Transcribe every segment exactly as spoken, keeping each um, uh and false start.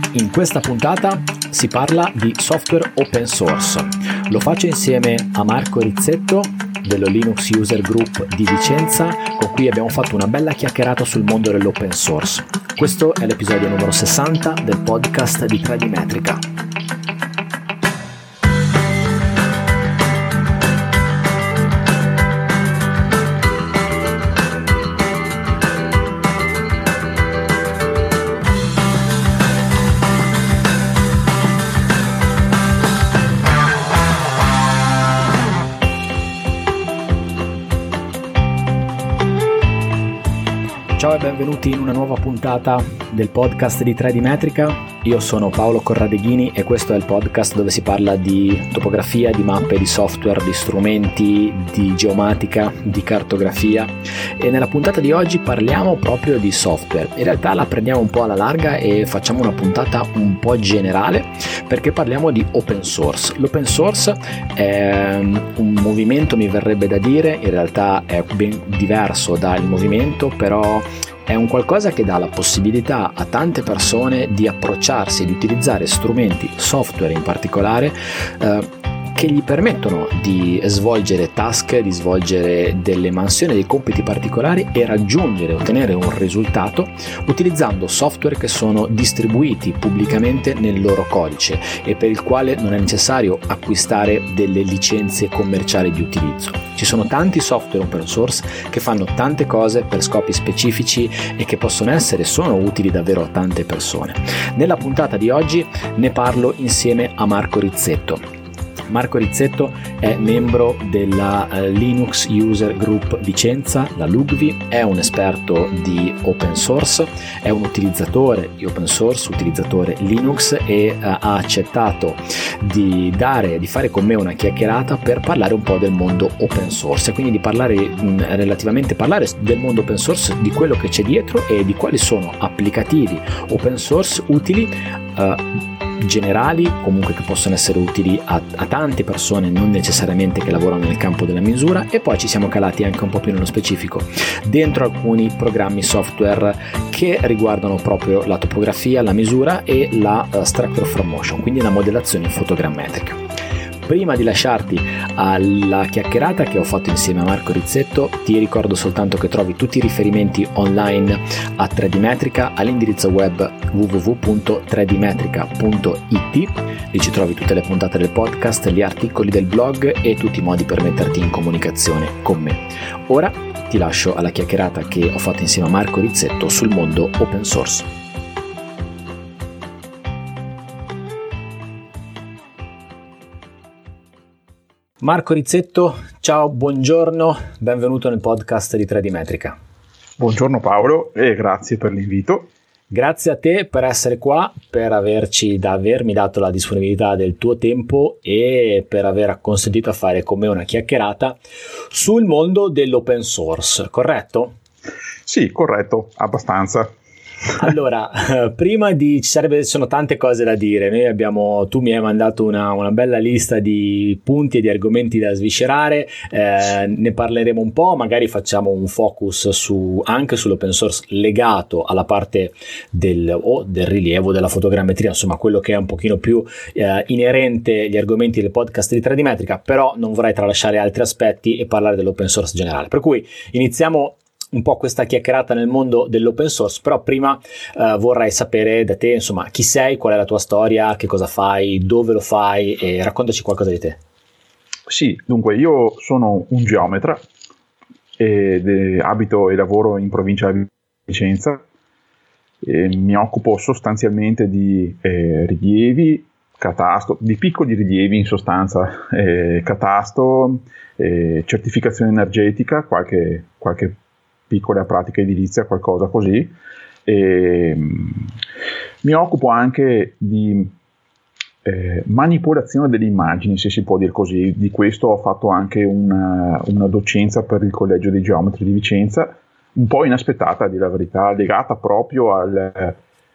In questa puntata si parla di software open source. Lo faccio insieme a Marco Rizzetto dello Linux User Group di Vicenza, con cui abbiamo fatto una bella chiacchierata sul mondo dell'open source. Questo è l'episodio numero sessanta del podcast di tre D Metrica. Ciao e benvenuti in una nuova puntata del podcast di tre D Metrica. Io sono Paolo Corradeghini e questo è il podcast dove si parla di topografia, di mappe, di software, di strumenti, di geomatica, di cartografia, e nella puntata di oggi parliamo proprio di software. In realtà la prendiamo un po' alla larga e facciamo una puntata un po' generale perché parliamo di open source. L'open source è un movimento, mi verrebbe da dire, in realtà è ben diverso dal movimento, però è un qualcosa che dà la possibilità a tante persone di approcciarsi e di utilizzare strumenti, software in particolare, eh, che gli permettono di svolgere task, di svolgere delle mansioni, dei compiti particolari e raggiungere, ottenere un risultato utilizzando software che sono distribuiti pubblicamente nel loro codice e per il quale non è necessario acquistare delle licenze commerciali di utilizzo. Ci sono tanti software open source che fanno tante cose per scopi specifici e che possono essere e sono utili davvero a tante persone. Nella puntata di oggi ne parlo insieme a Marco Rizzetto. Marco Rizzetto è membro della Linux User Group Vicenza, la L U G V I, è un esperto di open source, è un utilizzatore di open source, utilizzatore Linux, e uh, ha accettato di dare, di fare con me una chiacchierata per parlare un po' del mondo open source, e quindi di parlare mh, relativamente parlare del mondo open source, di quello che c'è dietro e di quali sono applicativi open source utili, uh, generali, comunque che possono essere utili a, a tante persone, non necessariamente che lavorano nel campo della misura, e poi ci siamo calati anche un po' più nello specifico dentro alcuni programmi software che riguardano proprio la topografia, la misura e la uh, structure from motion, quindi la modellazione fotogrammetrica. Prima di lasciarti alla chiacchierata che ho fatto insieme a Marco Rizzetto, ti ricordo soltanto che trovi tutti i riferimenti online a tre D Metrica all'indirizzo web w w w punto tre d metrica punto i t. Lì ci trovi tutte le puntate del podcast, gli articoli del blog e tutti i modi per metterti in comunicazione con me. Ora ti lascio alla chiacchierata che ho fatto insieme a Marco Rizzetto sul mondo open source. Marco Rizzetto, ciao, buongiorno, benvenuto nel podcast di tre D Metrica. Buongiorno Paolo e grazie per l'invito. Grazie a te per essere qua, per averci, da avermi dato la disponibilità del tuo tempo e per aver acconsentito a fare con me una chiacchierata sul mondo dell'open source, corretto? Sì, corretto, abbastanza. Allora, prima di ci sarebbe, ci sono tante cose da dire. Noi abbiamo, tu mi hai mandato una, una bella lista di punti e di argomenti da sviscerare, eh, ne parleremo un po', magari facciamo un focus su, anche sull'open source legato alla parte del, o del rilievo, della fotogrammetria, insomma quello che è un pochino più eh, inerente agli argomenti del podcast di tre D Metrica, però non vorrei tralasciare altri aspetti e parlare dell'open source generale. Per cui iniziamo un po' questa chiacchierata nel mondo dell'open source, però prima eh, vorrei sapere da te, insomma, chi sei, qual è la tua storia, che cosa fai, dove lo fai, e raccontaci qualcosa di te. Sì, dunque io sono un geometra ed eh, abito e lavoro in provincia di Vicenza e mi occupo sostanzialmente di eh, rilievi, catasto, di piccoli rilievi in sostanza, eh, catasto, eh, certificazione energetica, qualche, qualche piccola pratica edilizia, qualcosa così. E, mh, mi occupo anche di eh, manipolazione delle immagini, se si può dire così. Di questo ho fatto anche una, una docenza per il Collegio dei Geometri di Vicenza, un po' inaspettata, a dire la verità, legata proprio al, eh,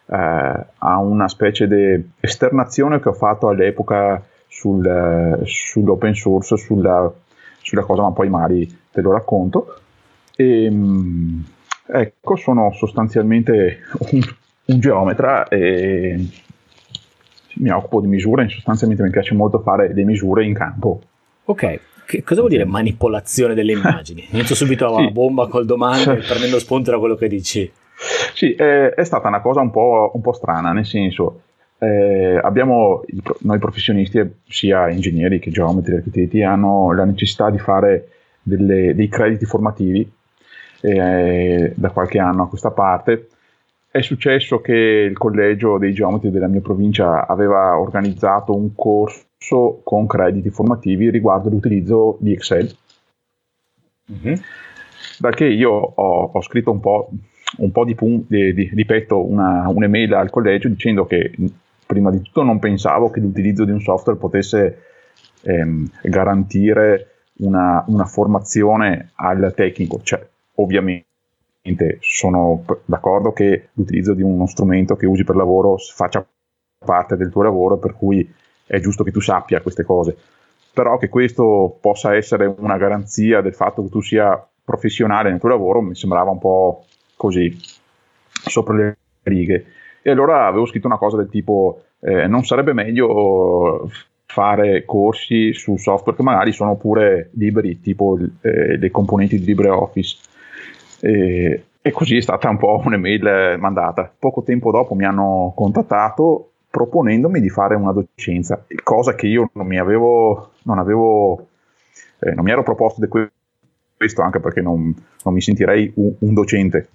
a una specie di esternazione che ho fatto all'epoca sul, sull'open source, sulla, sulla cosa, ma poi magari te lo racconto. E, ecco, sono sostanzialmente un, un geometra e mi occupo di misure, sostanzialmente mi piace molto fare le misure in campo. Ok, che cosa vuol dire manipolazione delle immagini? Inizio subito a sì. bomba col domande, prendendo spunto da quello che dici. Sì, è, è stata una cosa un po', un po' strana, nel senso, eh, abbiamo, noi professionisti, sia ingegneri che geometri, architetti, hanno la necessità di fare delle, dei crediti formativi eh, da qualche anno a questa parte. È successo che il collegio dei geometri della mia provincia aveva organizzato un corso con crediti formativi riguardo l'utilizzo di Excel. Mm-hmm. Da che io ho, ho scritto un po', un po' di, pun- di, di, di petto una, un'email al collegio dicendo che prima di tutto non pensavo che l'utilizzo di un software potesse ehm, garantire una, una formazione al tecnico, cioè ovviamente sono d'accordo che l'utilizzo di uno strumento che usi per lavoro faccia parte del tuo lavoro, per cui è giusto che tu sappia queste cose, però che questo possa essere una garanzia del fatto che tu sia professionale nel tuo lavoro mi sembrava un po' così sopra le righe. E allora avevo scritto una cosa del tipo eh, non sarebbe meglio fare corsi su software che magari sono pure liberi, tipo eh, le componenti di LibreOffice. E, e così è stata un po' un'email mandata. Poco tempo dopo mi hanno contattato proponendomi di fare una docenza, cosa che io non mi avevo, non avevo, eh, non mi ero proposto di questo, anche perché non, non mi sentirei un, un docente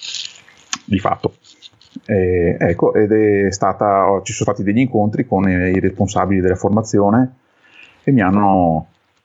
di fatto. Eh, ecco, ed è stata, ci sono stati degli incontri con i responsabili della formazione e mi hanno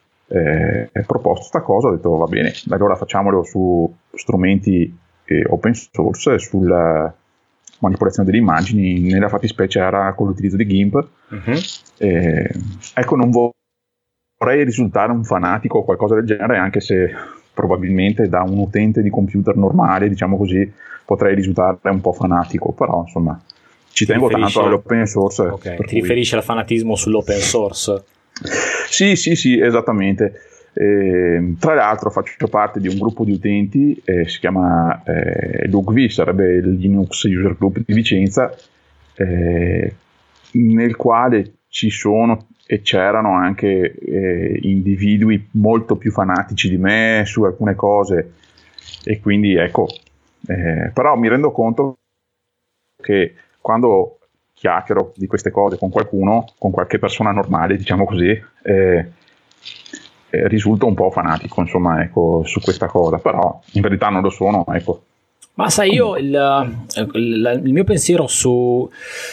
Eh, proposto questa cosa. Ho detto va bene, allora facciamolo su strumenti eh, open source, sulla manipolazione delle immagini, nella fattispecie era con l'utilizzo di GIMP. Uh-huh. Eh, ecco, non vorrei risultare un fanatico o qualcosa del genere, anche se probabilmente da un utente di computer normale, diciamo così, potrei risultare un po' fanatico, però insomma ci tengo tanto all'open source. Okay. Ti cui... riferisci al fanatismo sull'open source? Sì, sì, sì, esattamente. Eh, tra l'altro faccio parte di un gruppo di utenti, eh, si chiama eh, L U G V, sarebbe il Linux User Group di Vicenza, eh, nel quale ci sono e c'erano anche eh, individui molto più fanatici di me su alcune cose, e quindi ecco, eh, però mi rendo conto che quando chiacchiero di queste cose con qualcuno, con qualche persona normale, diciamo così, eh, eh, risulto un po' fanatico, insomma, ecco, su questa cosa, però in verità non lo sono, ecco. Ma sai, io il, il, il mio pensiero su uh,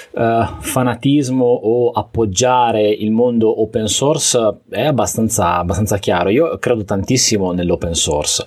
fanatismo o appoggiare il mondo open source è abbastanza, abbastanza chiaro. Io credo tantissimo nell'open source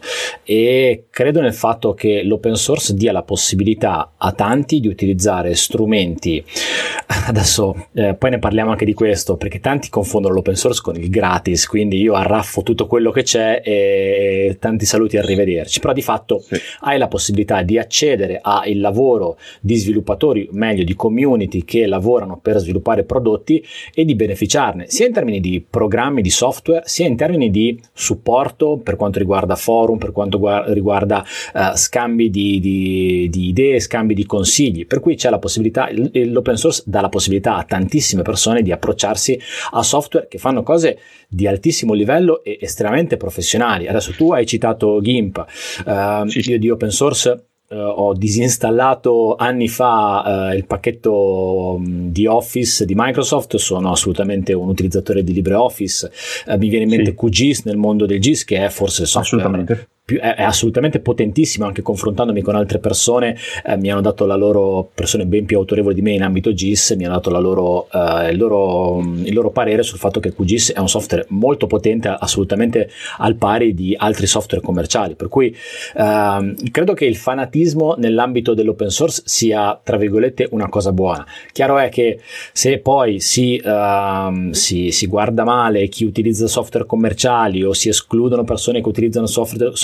e credo nel fatto che l'open source dia la possibilità a tanti di utilizzare strumenti. Adesso eh, poi ne parliamo anche di questo, perché tanti confondono l'open source con il gratis, quindi io arraffo tutto quello che c'è e tanti saluti e arrivederci, però di fatto sì. Hai la possibilità di accedere al lavoro di sviluppatori, meglio di community che lavorano per sviluppare prodotti e di beneficiarne sia in termini di programmi di software sia in termini di supporto per quanto riguarda forum, per quanto riguarda uh, scambi di, di, di idee, scambi di consigli, per cui c'è la possibilità, l'open source dà la possibilità a tantissime persone di approcciarsi a software che fanno cose di altissimo livello e estremamente professionali. Adesso tu hai citato GIMP, uh, sì. Io di open source Uh, ho disinstallato anni fa uh, il pacchetto um, di Office di Microsoft, sono assolutamente un utilizzatore di LibreOffice, uh, mi viene in mente sì. Q G I S nel mondo del G I S, che è forse il software assolutamente. Più, è, è assolutamente potentissimo, anche confrontandomi con altre persone eh, mi hanno dato la loro, persone ben più autorevoli di me in ambito G I S, mi hanno dato la loro, uh, il, loro, il loro parere sul fatto che Q G I S è un software molto potente, assolutamente al pari di altri software commerciali, per cui uh, credo che il fanatismo nell'ambito dell'open source sia, tra virgolette, una cosa buona. Chiaro è che se poi si, uh, si, si guarda male chi utilizza software commerciali o si escludono persone che utilizzano software, software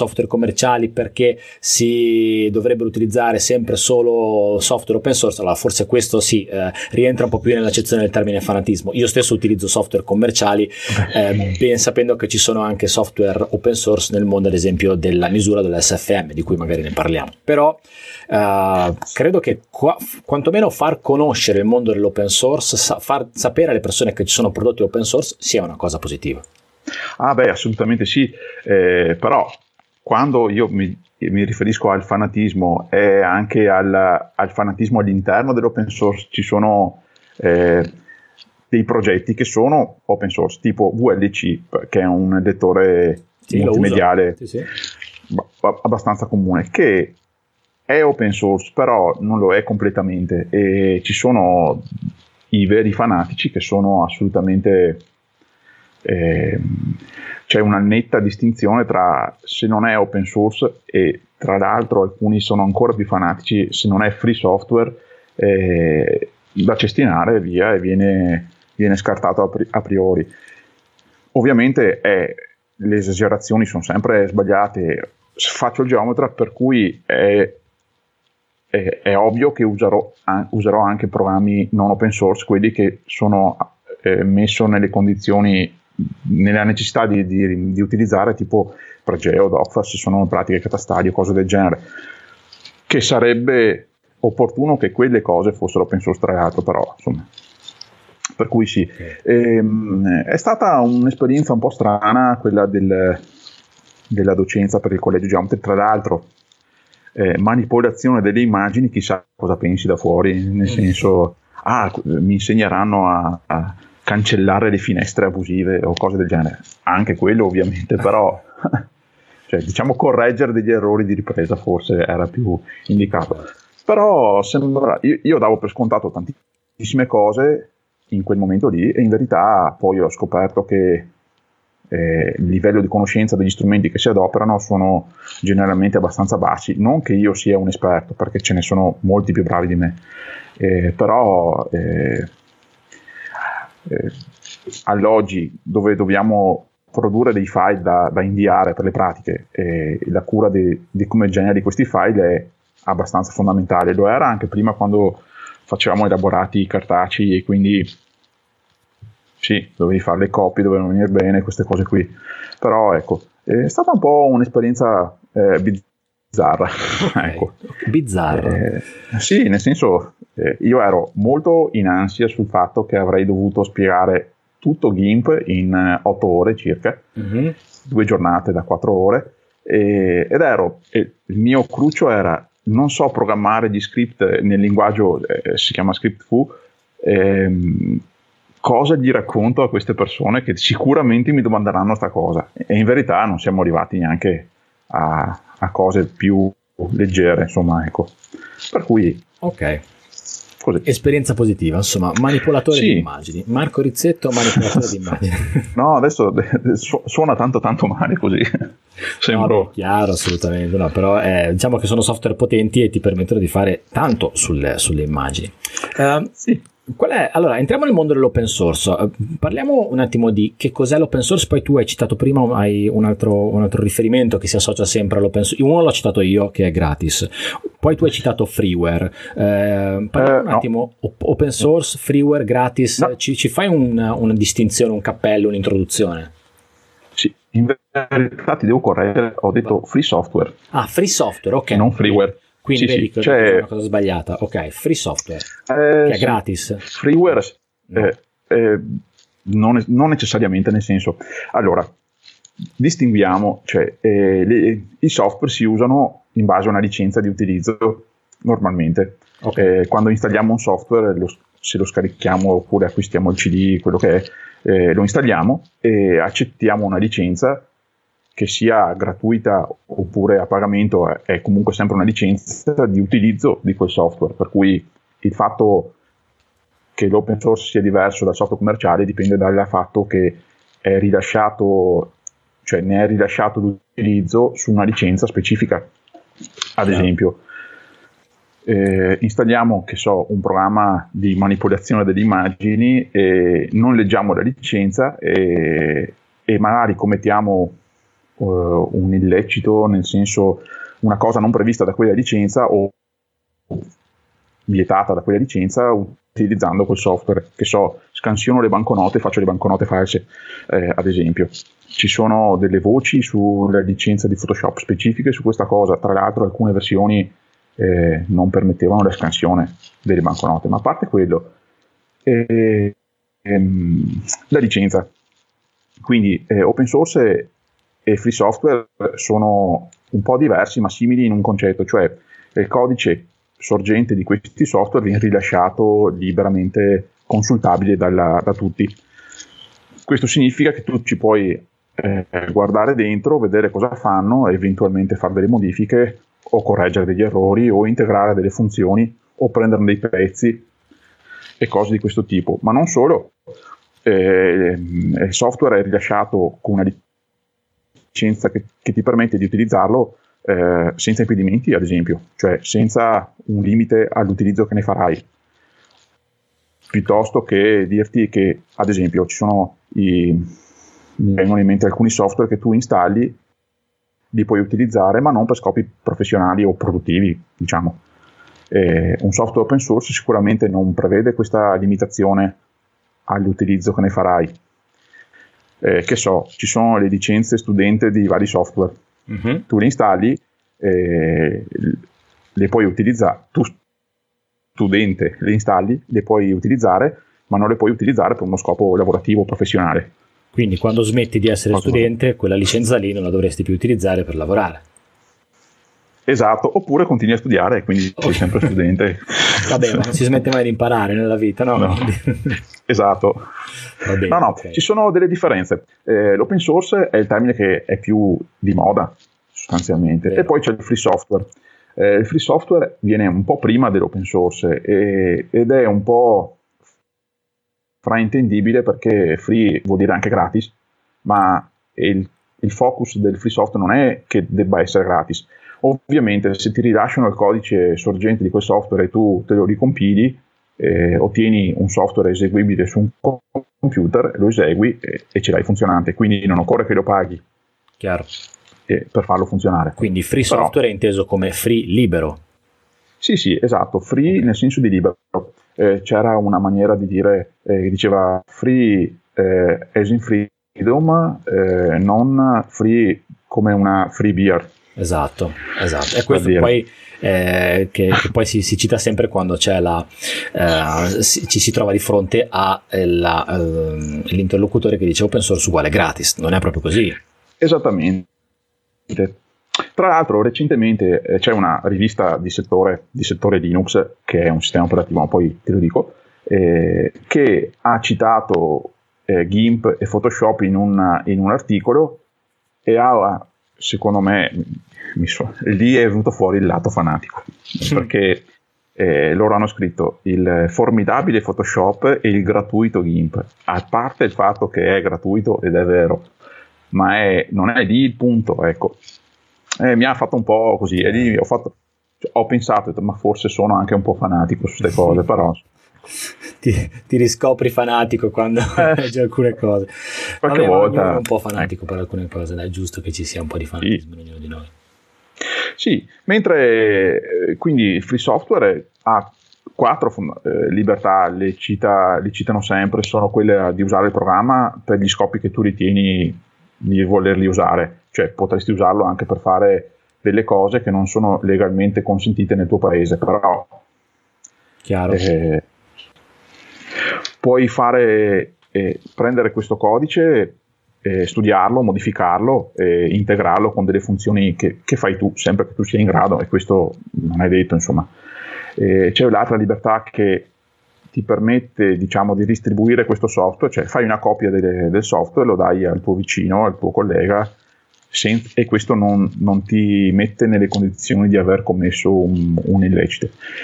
software commerciali perché si dovrebbero utilizzare sempre solo software open source, allora forse questo sì, eh, rientra un po' più nell'accezione del termine fanatismo. Io stesso utilizzo software commerciali, eh, ben sapendo che ci sono anche software open source nel mondo, ad esempio della misura dell'S F M, di cui magari ne parliamo. Però eh, credo che qua, quantomeno far conoscere il mondo dell'open source, sa, far sapere alle persone che ci sono prodotti open source sia una cosa positiva. Ah beh, assolutamente sì, eh, però quando io mi, mi riferisco al fanatismo è anche al, al fanatismo all'interno dell'open source. Ci sono eh, dei progetti che sono open source, tipo V L C, che è un lettore sì, multimediale sì, sì. abbastanza comune, che è open source, però non lo è completamente, e ci sono i veri fanatici che sono assolutamente... Eh, c'è una netta distinzione tra se non è open source, e tra l'altro alcuni sono ancora più fanatici se non è free software, eh, da cestinare via e viene, viene scartato a, pri- a priori. Ovviamente eh, le esagerazioni sono sempre sbagliate. Faccio il geometra, per cui è, è, è ovvio che userò, an- userò anche programmi non open source, quelli che sono eh, messo nelle condizioni, nella necessità di, di, di utilizzare, tipo Pregeo, Docfa, se sono pratiche catastali o cose del genere, che sarebbe opportuno che quelle cose fossero open source tra l'altro, però insomma, per cui sì. Ehm, è stata un'esperienza un po' strana quella del, della docenza per il collegio geometri, tra l'altro eh, manipolazione delle immagini, chissà cosa pensi da fuori, nel senso, ah, mi insegneranno a, a cancellare le finestre abusive o cose del genere, anche quello ovviamente, però cioè, diciamo correggere degli errori di ripresa forse era più indicato. Però sembra, io, io davo per scontato tantissime cose in quel momento lì, e in verità poi ho scoperto che eh, il livello di conoscenza degli strumenti che si adoperano sono generalmente abbastanza bassi. Non che io sia un esperto, perché ce ne sono molti più bravi di me, eh, però eh, eh, all'oggi, dove dobbiamo produrre dei file da, da inviare per le pratiche, e la cura di, di come generi questi file è abbastanza fondamentale. Lo era anche prima, quando facevamo elaborati cartacei, e quindi sì, dovevi fare le copie, dovevano venire bene, queste cose qui. Però ecco, è stata un po' un'esperienza eh, bizzarra. Okay. Ecco. Bizzarra. Eh, sì, nel senso, eh, io ero molto in ansia sul fatto che avrei dovuto spiegare tutto GIMP in eh, otto ore circa, mm-hmm. due giornate da quattro ore, e, ed ero, e il mio cruccio era: non so programmare gli script nel linguaggio, eh, si chiama ScriptFu, ehm, cosa gli racconto a queste persone che sicuramente mi domanderanno sta cosa? E in verità non siamo arrivati neanche a, a cose più leggere, insomma, ecco. Per cui ok, così. Esperienza positiva, insomma, manipolatore sì. di immagini. Marco Rizzetto, manipolatore di immagini. No, adesso su- suona tanto tanto male così. Sembro... No, chiaro, assolutamente, no, però eh, diciamo che sono software potenti e ti permettono di fare tanto sulle, sulle immagini. Uh, sì. Qual è? Allora, entriamo nel mondo dell'open source. Uh, parliamo un attimo di che cos'è l'open source. Poi tu hai citato prima, hai un altro, un altro riferimento che si associa sempre all'open source. Uno l'ho citato io, che è gratis. Poi tu hai citato freeware. Uh, parliamo uh, un no. attimo, open source, freeware, gratis. No. Ci, ci fai una, una distinzione, un cappello, un'introduzione? Sì, in verità ti devo correggere, ho detto free software. Ah, free software, ok. Non freeware. Quindi sì, vedi sì, che cioè, è una cosa sbagliata. Ok, free software, eh, che è sì, gratis. Freeware no. eh, eh, non, non necessariamente, nel senso, allora, distinguiamo, cioè eh, le, i software si usano in base a una licenza di utilizzo normalmente. Okay. Eh, quando installiamo un software, lo, se lo scarichiamo oppure acquistiamo il C D, quello che è, eh, lo installiamo e accettiamo una licenza, che sia gratuita oppure a pagamento, è comunque sempre una licenza di utilizzo di quel software, per cui il fatto che l'open source sia diverso dal software commerciale dipende dal fatto che è rilasciato, cioè ne è rilasciato l'utilizzo su una licenza specifica. Ad yeah. esempio, eh, installiamo, che so, un programma di manipolazione delle immagini, e non leggiamo la licenza e, e magari commettiamo uh, un illecito, nel senso una cosa non prevista da quella licenza o vietata da quella licenza utilizzando quel software. Che so, scansiono le banconote, faccio le banconote false, eh, ad esempio. Ci sono delle voci sulla licenza di Photoshop specifiche su questa cosa, tra l'altro alcune versioni eh, non permettevano la scansione delle banconote, ma a parte quello, eh, ehm, la licenza. Quindi eh, open source e free software sono un po' diversi ma simili in un concetto, cioè il codice sorgente di questi software viene rilasciato liberamente consultabile dalla, da tutti. Questo significa che tu ci puoi eh, guardare dentro, vedere cosa fanno, eventualmente fare delle modifiche o correggere degli errori o integrare delle funzioni o prendere dei pezzi e cose di questo tipo. Ma non solo, eh, il software è rilasciato con una licenza che, che ti permette di utilizzarlo Eh, senza impedimenti, ad esempio, cioè senza un limite all'utilizzo che ne farai, piuttosto che dirti che, ad esempio, ci sono i, mi vengono in mente alcuni software che tu installi, li puoi utilizzare ma non per scopi professionali o produttivi, diciamo. Eh, un software open source sicuramente non prevede questa limitazione all'utilizzo che ne farai. Eh, che so, ci sono le licenze studente di vari software. Mm-hmm. Tu le installi, eh, le puoi utilizzare, tu studente le installi, le puoi utilizzare, ma non le puoi utilizzare per uno scopo lavorativo o professionale. Quindi quando smetti di essere Cosa studente, quella licenza lì non la dovresti più utilizzare per lavorare. Esatto, oppure continui a studiare e quindi okay. Sei sempre studente. Vabbè, ma non si smette mai di imparare nella vita, no? no. Esatto. Va bene, no, no, okay. Ci sono delle differenze. Eh, l'open source è il termine che è più di moda, sostanzialmente. Vero. E poi c'è il free software. Eh, il free software viene un po' prima dell'open source e, ed è un po' fraintendibile perché free vuol dire anche gratis, ma il, il focus del free software non è che debba essere gratis. Ovviamente se ti rilasciano il codice sorgente di quel software e tu te lo ricompili, eh, ottieni un software eseguibile su un computer, lo esegui e, e ce l'hai funzionante, quindi non occorre che lo paghi. Chiaro. Eh, per farlo funzionare. Quindi free Però, software è inteso come free libero? Sì, sì, esatto, free okay. Nel senso di libero. Eh, c'era una maniera di dire eh, che diceva free eh, as in freedom, eh, non free come una free beer. Esatto, esatto. E questo poi eh, che, che poi si, si cita sempre quando c'è la eh, si, ci si trova di fronte all'interlocutore eh, che dice open source uguale gratis. Non è proprio così. Esattamente. Tra l'altro recentemente eh, c'è una rivista di settore, di settore Linux, che è un sistema operativo, ma poi te lo dico, eh, che ha citato eh, GIMP e Photoshop in un, in un articolo e ha, secondo me, mi so, lì è venuto fuori il lato fanatico, mm. perché eh, loro hanno scritto il formidabile Photoshop e il gratuito GIMP, a parte il fatto che è gratuito ed è vero, ma è, non è lì il punto, ecco. Eh, mi ha fatto un po' così, e lì ho, fatto, cioè, ho pensato, ma forse sono anche un po' fanatico su queste cose, però ti, ti riscopri fanatico quando eh, leggi alcune cose. Qualche Vabbè, volta è un po' fanatico eh. per alcune cose, dai, è giusto che ci sia un po' di fanatismo sì. ognuno di noi. Sì, mentre quindi il free software ha quattro eh, libertà, le, cita, le citano sempre, sono quelle di usare il programma per gli scopi che tu ritieni di volerli usare, cioè potresti usarlo anche per fare delle cose che non sono legalmente consentite nel tuo paese, però chiaro. Eh, puoi fare eh, prendere questo codice, eh, studiarlo, modificarlo e integrarlo con delle funzioni che, che fai tu, sempre che tu sia in grado, e questo non è detto, insomma. Eh, c'è l'altra libertà che ti permette, diciamo, di distribuire questo software, cioè fai una copia de- del software, lo dai al tuo vicino, al tuo collega, sen- e questo non, non ti mette nelle condizioni di aver commesso un, un illecito.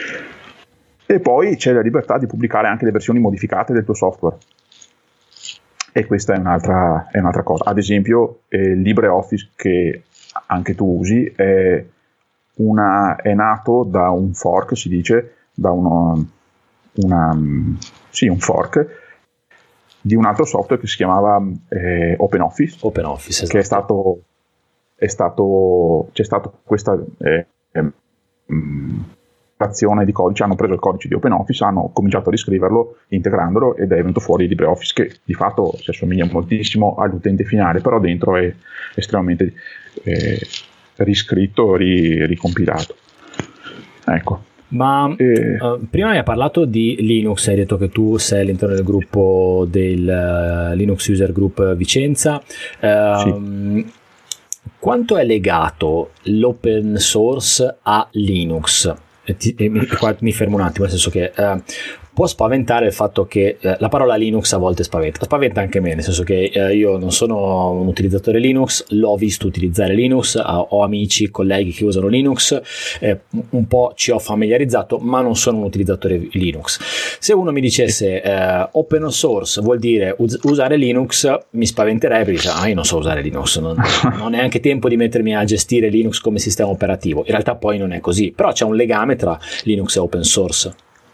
E poi c'è la libertà di pubblicare anche le versioni modificate del tuo software, e questa è un'altra, è un'altra cosa. Ad esempio eh, LibreOffice, che anche tu usi, è, una, è nato da un fork, si dice, da uno Una, sì, un fork di un altro software che si chiamava eh, OpenOffice, OpenOffice esatto. che è stato è stato, c'è stata questa eh, eh, azione di codice, hanno preso il codice di OpenOffice, hanno cominciato a riscriverlo integrandolo ed è venuto fuori LibreOffice, che di fatto si assomiglia moltissimo all'utente finale, però dentro è estremamente eh, riscritto, ri, ricompilato. Ecco. Ma eh, uh, prima mi hai parlato di Linux, hai detto che tu sei all'interno del gruppo del uh, Linux User Group Vicenza. Uh, sì. Quanto è legato l'open source a Linux? E ti, e mi, qua mi fermo un attimo, nel senso che uh, può spaventare il fatto che uh, la parola Linux a volte spaventa, spaventa anche me, nel senso che uh, io non sono un utilizzatore Linux, l'ho visto utilizzare Linux, uh, ho amici, colleghi che usano Linux, eh, un po' ci ho familiarizzato, ma non sono un utilizzatore Linux. Se uno mi dicesse uh, open source vuol dire us- usare Linux, mi spaventerei perché dice, ah, io non so usare Linux, non, non ho neanche tempo di mettermi a gestire Linux come sistema operativo. In realtà poi non è così, però c'è un legame tra Linux e open source.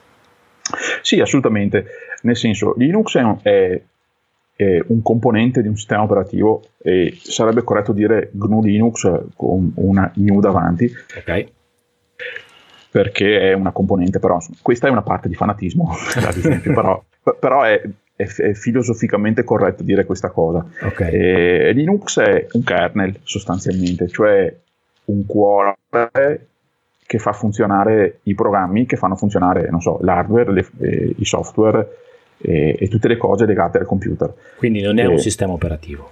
Sì, assolutamente, nel senso Linux è un, è, è un componente di un sistema operativo e sarebbe corretto dire G N U Linux con una new davanti, ok, perché è una componente, però insomma, questa è una parte di fanatismo ad esempio, però, però è, è, è filosoficamente corretto dire questa cosa. Okay. E Linux è un kernel sostanzialmente, cioè un cuore che fa funzionare i programmi, che fanno funzionare, non so, l'hardware, le, eh, i software e, e tutte le cose legate al computer. Quindi non è e, un sistema operativo?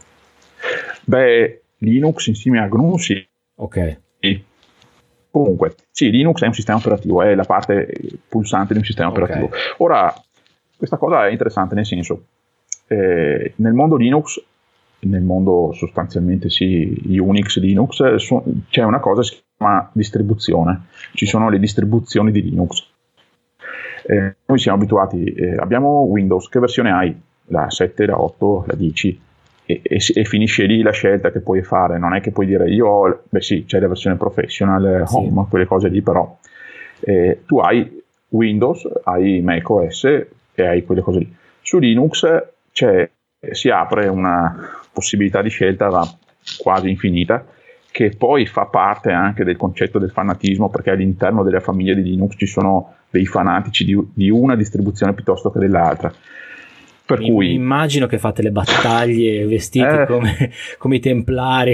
Beh, Linux insieme a G N U sì. Ok. Sì. Comunque, sì, Linux è un sistema operativo, è la parte pulsante di un sistema okay. operativo. Ora, questa cosa è interessante nel senso, eh, nel mondo Linux, nel mondo sostanzialmente sì, Unix, Linux, su, c'è una cosa che si chiama distribuzione. Ci sono le distribuzioni di Linux. Eh, noi siamo abituati, eh, abbiamo Windows, che versione hai? La sette, la otto, la dieci, e, e, e finisce lì la scelta che puoi fare. Non è che puoi dire io ho, beh sì, c'è la versione professional, sì. Home, quelle cose lì, però eh, tu hai Windows, hai macOS e hai quelle cose lì. Su Linux c'è, si apre una possibilità di scelta quasi infinita, che poi fa parte anche del concetto del fanatismo, perché all'interno della famiglia di Linux ci sono dei fanatici di, di una distribuzione piuttosto che dell'altra. Per mi, cui mi immagino che fate le battaglie vestiti eh, come, come i templari.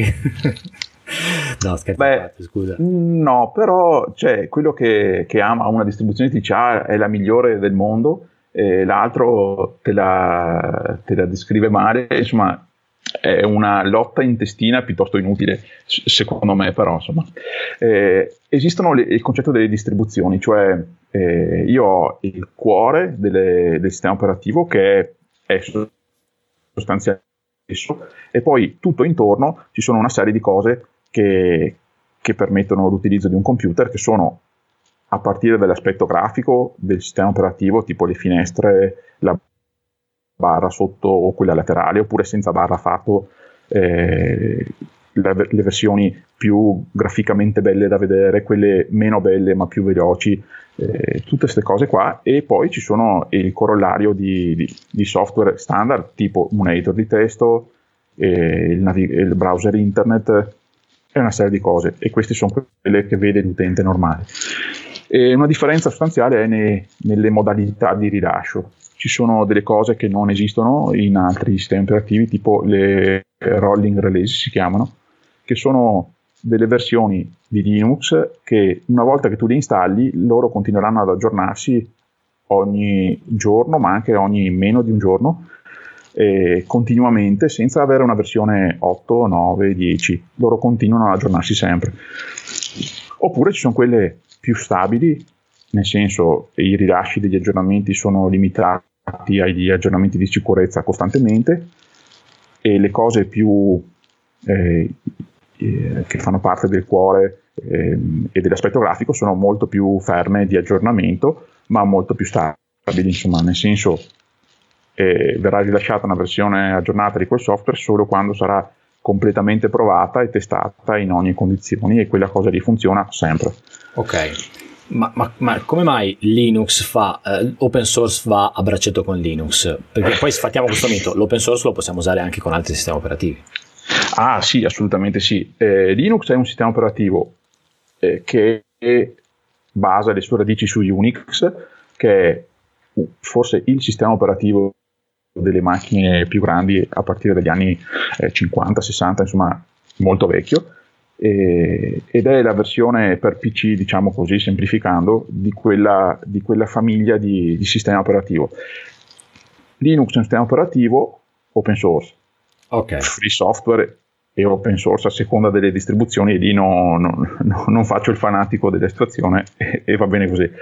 No, scherzo, beh, scusa. No, però cioè, quello che, che ama una distribuzione ti dice ah, è la migliore del mondo, e l'altro te la, te la descrive male, insomma è una lotta intestina piuttosto inutile, secondo me, però insomma. Eh, esistono le, il concetto delle distribuzioni, cioè eh, io ho il cuore delle, del sistema operativo che è, è sostanzialmente esso, e poi tutto intorno ci sono una serie di cose che, che permettono l'utilizzo di un computer, che sono a partire dall'aspetto grafico del sistema operativo, tipo le finestre, la barra sotto o quella laterale, oppure senza barra fatto, eh, le, le versioni più graficamente belle da vedere, quelle meno belle ma più veloci, eh, tutte queste cose qua. E poi ci sono il corollario di, di, di software standard tipo un editor di testo, eh, il, navig- il browser internet e una serie di cose, e queste sono quelle che vede l'utente normale. E una differenza sostanziale è ne, nelle modalità di rilascio. Ci sono delle cose che non esistono in altri sistemi operativi, tipo le rolling release si chiamano, che sono delle versioni di Linux che una volta che tu le installi loro continueranno ad aggiornarsi ogni giorno, ma anche ogni meno di un giorno, eh, continuamente, senza avere una versione otto, nove, dieci. Loro continuano ad aggiornarsi sempre. Oppure ci sono quelle più stabili, nel senso che i rilasci degli aggiornamenti sono limitati agli aggiornamenti di sicurezza costantemente, e le cose più eh, eh, che fanno parte del cuore eh, e dell'aspetto grafico sono molto più ferme di aggiornamento, ma molto più stabili, insomma, nel senso eh, verrà rilasciata una versione aggiornata di quel software solo quando sarà completamente provata e testata in ogni condizione, e quella cosa lì funziona sempre. Ok. Ma, ma, ma come mai Linux fa, eh, open source va a braccetto con Linux? Perché poi sfattiamo questo mito, l'open source lo possiamo usare anche con altri sistemi operativi. Ah sì, assolutamente sì. Eh, Linux è un sistema operativo eh, che basa le sue radici su Unix, che è forse il sistema operativo delle macchine più grandi a partire dagli anni eh, cinquanta sessanta, insomma molto vecchio, eh, ed è la versione per P C, diciamo così, semplificando, di quella, di quella famiglia di, di sistema operativo. Linux è un sistema operativo open source, okay. Free software e open source a seconda delle distribuzioni, e lì no, no, no, non faccio il fanatico dell'estrazione e, e va bene così.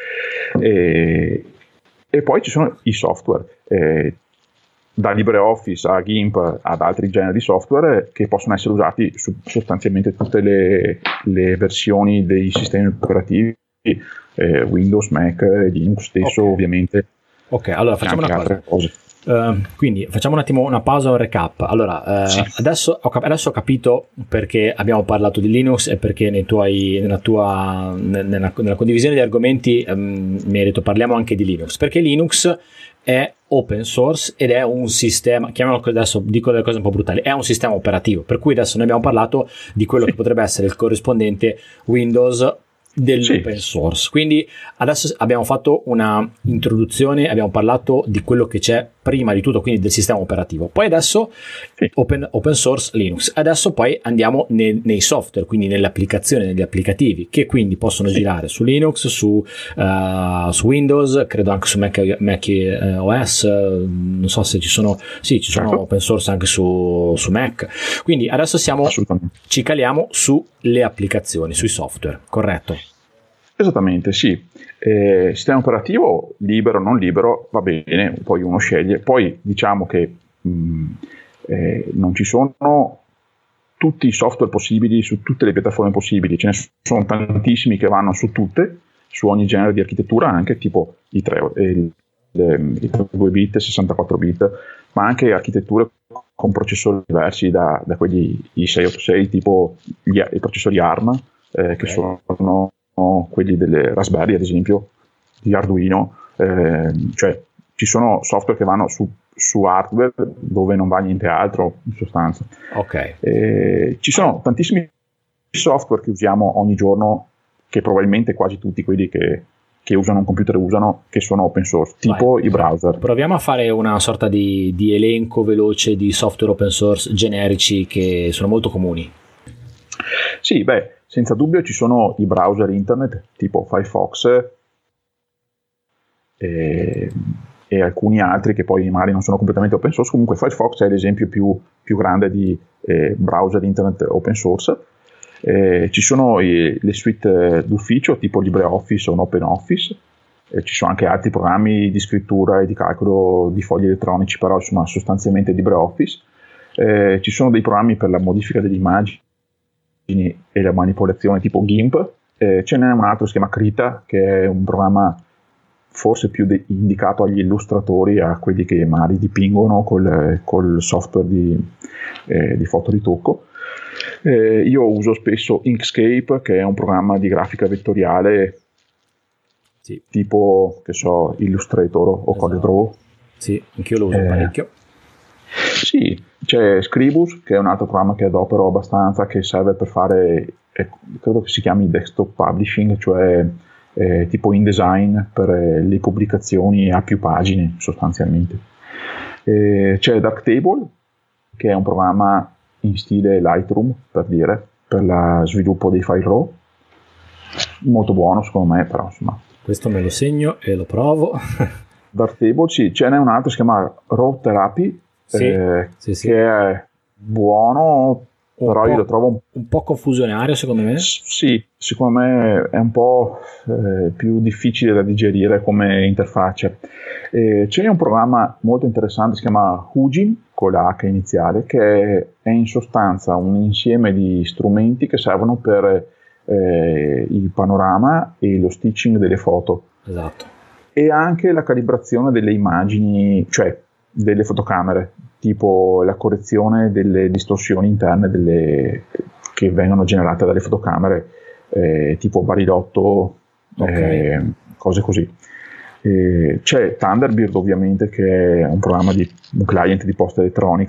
E, e poi ci sono i software, eh, da LibreOffice a GIMP ad altri generi di software che possono essere usati su sostanzialmente tutte le, le versioni dei sistemi operativi, eh, Windows, Mac, Linux stesso, okay. Ovviamente. Ok, allora facciamo una cosa. Cose. Uh, quindi facciamo un attimo una pausa, un recap. Allora, uh, sì. adesso, ho cap- adesso ho capito perché abbiamo parlato di Linux e perché nei tuoi, nella tua nella, nella condivisione di argomenti um, mi hai detto parliamo anche di Linux, perché Linux è open source ed è un sistema, chiamiamolo adesso, dico delle cose un po' brutali, è un sistema operativo, per cui adesso noi abbiamo parlato di quello sì. che potrebbe essere il corrispondente Windows dell'open sì. source. Quindi adesso abbiamo fatto una introduzione, abbiamo parlato di quello che c'è prima di tutto, quindi del sistema operativo, poi adesso sì. open, open source Linux, adesso poi andiamo nei, nei software, quindi nelle applicazioni, negli applicativi che quindi possono sì. girare su Linux, su, uh, su Windows, credo anche su Mac, Mac uh, O S, uh, non so se ci sono, sì, ci sono certo. open source anche su, su Mac, quindi adesso siamo, ci caliamo sulle applicazioni, sui software, corretto? Esattamente, sì. Eh, sistema operativo libero o non libero, va bene, poi uno sceglie. Poi diciamo che mh, eh, non ci sono tutti i software possibili su tutte le piattaforme possibili, ce ne sono tantissimi che vanno su tutte, su ogni genere di architettura, anche tipo i tre, il, il due bit, sessantaquattro bit, ma anche architetture con processori diversi da, da quelli i sei otto sei, tipo gli, i processori ARM, eh, okay. che sono quelli delle Raspberry, ad esempio, di Arduino, eh, cioè ci sono software che vanno su, su hardware dove non va niente altro, in sostanza. Okay. Eh, ci sono tantissimi software che usiamo ogni giorno, che probabilmente quasi tutti quelli che, che usano un computer usano, che sono open source, tipo Vai. i browser. Proviamo a fare una sorta di, di elenco veloce di software open source generici che sono molto comuni. Sì, beh, senza dubbio ci sono i browser internet tipo Firefox e, e alcuni altri che poi magari non sono completamente open source. Comunque Firefox è l'esempio più, più grande di eh, browser internet open source. Eh, ci sono i, le suite d'ufficio tipo LibreOffice o OpenOffice, eh, ci sono anche altri programmi di scrittura e di calcolo di fogli elettronici, però insomma sostanzialmente LibreOffice. Eh, ci sono dei programmi per la modifica delle immagini e la manipolazione tipo GIMP, eh, ce n'è un altro che si chiama Krita, che è un programma forse più de- indicato agli illustratori, a quelli che magari dipingono col, col software di, eh, di fotoritocco. Eh, io uso spesso Inkscape, che è un programma di grafica vettoriale sì. tipo, che so, Illustrator o esatto. CorelDRAW. Sì, anch'io lo uso eh, parecchio. Sì, c'è Scribus, che è un altro programma che adopero abbastanza, che serve per fare, eh, credo che si chiami desktop publishing, cioè eh, tipo InDesign per eh, le pubblicazioni a più pagine sostanzialmente. Eh, c'è Darktable, che è un programma in stile Lightroom, per dire, per lo sviluppo dei file RAW, molto buono secondo me, però insomma. Questo me lo segno e lo provo. Darktable, sì, ce n'è un altro che si chiama Raw Therapy, Sì, eh, sì, sì. che è buono, un però io lo trovo un, un po' confusionario secondo me. Sì, secondo me è un po' eh, più difficile da digerire come interfaccia. Eh, c'è un programma molto interessante, si chiama Hugin, con la H iniziale, che è in sostanza un insieme di strumenti che servono per eh, il panorama e lo stitching delle foto. Esatto. E anche la calibrazione delle immagini, cioè delle fotocamere, tipo la correzione delle distorsioni interne delle, che vengono generate dalle fotocamere, eh, tipo barilotto, okay. eh, cose così. Eh, c'è Thunderbird ovviamente, che è un programma di un client di posta elettronica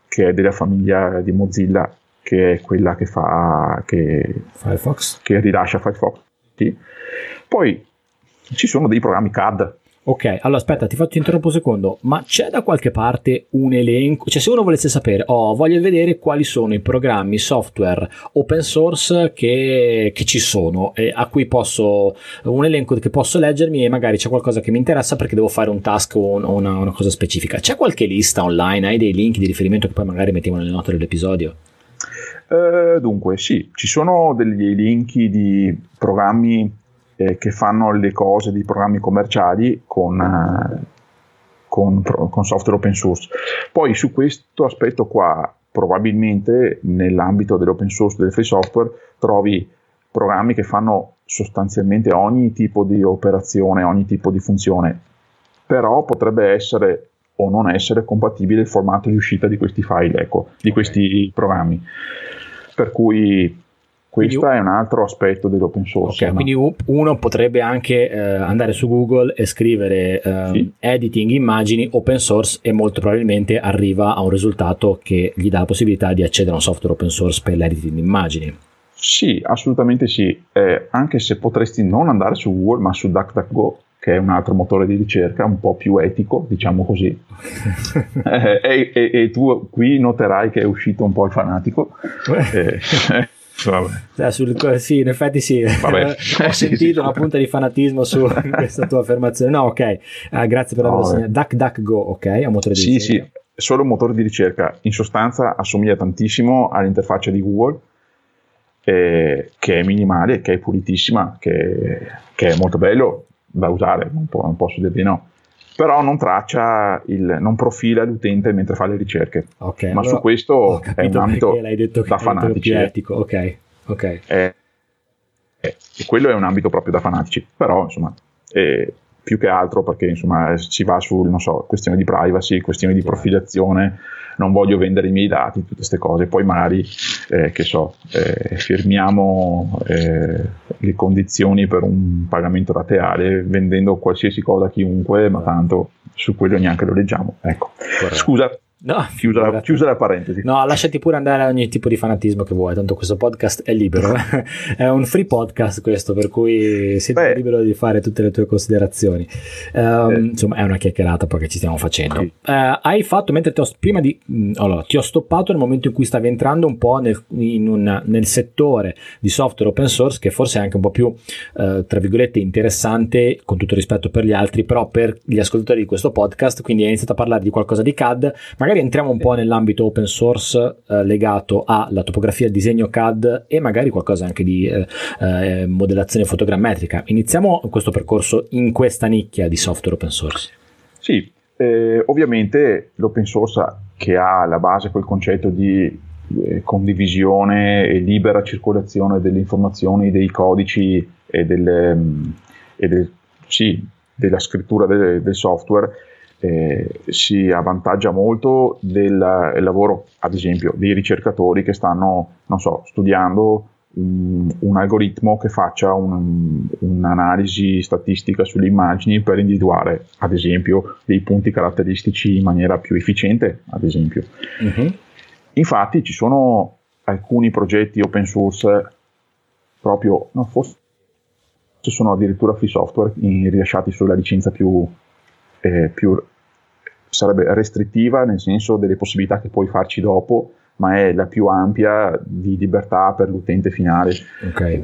che è della famiglia di Mozilla, che è quella che fa che, Firefox, che rilascia Firefox. Sì. Poi ci sono dei programmi C A D. Ok, allora aspetta, ti faccio interrompo un secondo, ma c'è da qualche parte un elenco, cioè se uno volesse sapere, oh, voglio vedere quali sono i programmi software open source che, che ci sono, e a cui posso, un elenco che posso leggermi e magari c'è qualcosa che mi interessa perché devo fare un task o una, una cosa specifica. C'è qualche lista online? Hai dei link di riferimento che poi magari mettiamo nelle note dell'episodio? Uh, dunque, sì, ci sono degli elenchi di programmi eh, che fanno le cose di programmi commerciali con, uh, con, con software open source. Poi su questo aspetto qua, probabilmente nell'ambito dell'open source, del free software, trovi programmi che fanno sostanzialmente ogni tipo di operazione, ogni tipo di funzione, però potrebbe essere o non essere compatibile il formato di uscita di questi file, ecco, di questi programmi. Per cui questo quindi, è un altro aspetto dell'open source. Ok, no? Quindi uno potrebbe anche eh, andare su Google e scrivere eh, sì. editing immagini open source e molto probabilmente arriva a un risultato che gli dà la possibilità di accedere a un software open source per l'editing di immagini. Sì, assolutamente sì, eh, anche se potresti non andare su Google ma su DuckDuckGo, che è un altro motore di ricerca un po' più etico, diciamo così. eh, e, e, e tu qui noterai che è uscito un po' il fanatico. eh, eh, sul, sì, in effetti sì. Vabbè. Ho sentito sì, sì, una punta di fanatismo su questa tua affermazione. No, ok, uh, grazie per averlo segnato. DuckDuckGo, ok, è un motore di sì, ricerca. Sì, sì, solo un motore di ricerca. In sostanza assomiglia tantissimo all'interfaccia di Google, eh, che è minimale, che è pulitissima, che, che è molto bello da usare, non, po- non posso dirvi no, però non traccia il, non profila l'utente mentre fa le ricerche. Okay, ma allora su questo è un ambito l'hai detto che da fanatici. Etico. Ok, ok. Eh, eh, e quello è un ambito proprio da fanatici, però insomma eh, più che altro perché insomma si va su, non so, questioni di privacy, questioni di profilazione, non voglio vendere i miei dati, tutte queste cose, poi magari eh, che so, eh, firmiamo eh, le condizioni per un pagamento rateale vendendo qualsiasi cosa a chiunque, ma tanto su quello neanche lo leggiamo. Ecco. Scusa. No, chiusa, la, chiusa la parentesi. No, lasciati pure andare a ogni tipo di fanatismo che vuoi, tanto questo podcast è libero. È un free podcast questo, per cui sei libero di fare tutte le tue considerazioni. Um, eh. Insomma, è una chiacchierata poi che ci stiamo facendo. Sì. Uh, hai fatto, mentre ti ho, prima di mh, allora, ti ho stoppato nel momento in cui stavi entrando un po' nel, in un, nel settore di software open source, che forse è anche un po' più uh, tra virgolette interessante, con tutto rispetto per gli altri, però per gli ascoltatori di questo podcast. Quindi hai iniziato a parlare di qualcosa di C A D. Magari entriamo un po' nell'ambito open source eh, legato alla topografia, al disegno C A D e magari qualcosa anche di eh, eh, modellazione fotogrammetrica. Iniziamo questo percorso in questa nicchia di software open source. Sì, eh, ovviamente l'open source che ha alla base quel concetto di eh, condivisione e libera circolazione delle informazioni, dei codici e, delle, e del, sì, della scrittura del, del software. Eh, si avvantaggia molto del lavoro, ad esempio, dei ricercatori che stanno, non so, studiando un, un algoritmo che faccia un, un'analisi statistica sulle immagini per individuare, ad esempio, dei punti caratteristici in maniera più efficiente, ad esempio. Uh-huh. Infatti ci sono alcuni progetti open source proprio, no, forse sono addirittura free software in, rilasciati sulla licenza più Eh, più sarebbe restrittiva, nel senso delle possibilità che puoi farci dopo, ma è la più ampia di libertà per l'utente finale. Ok.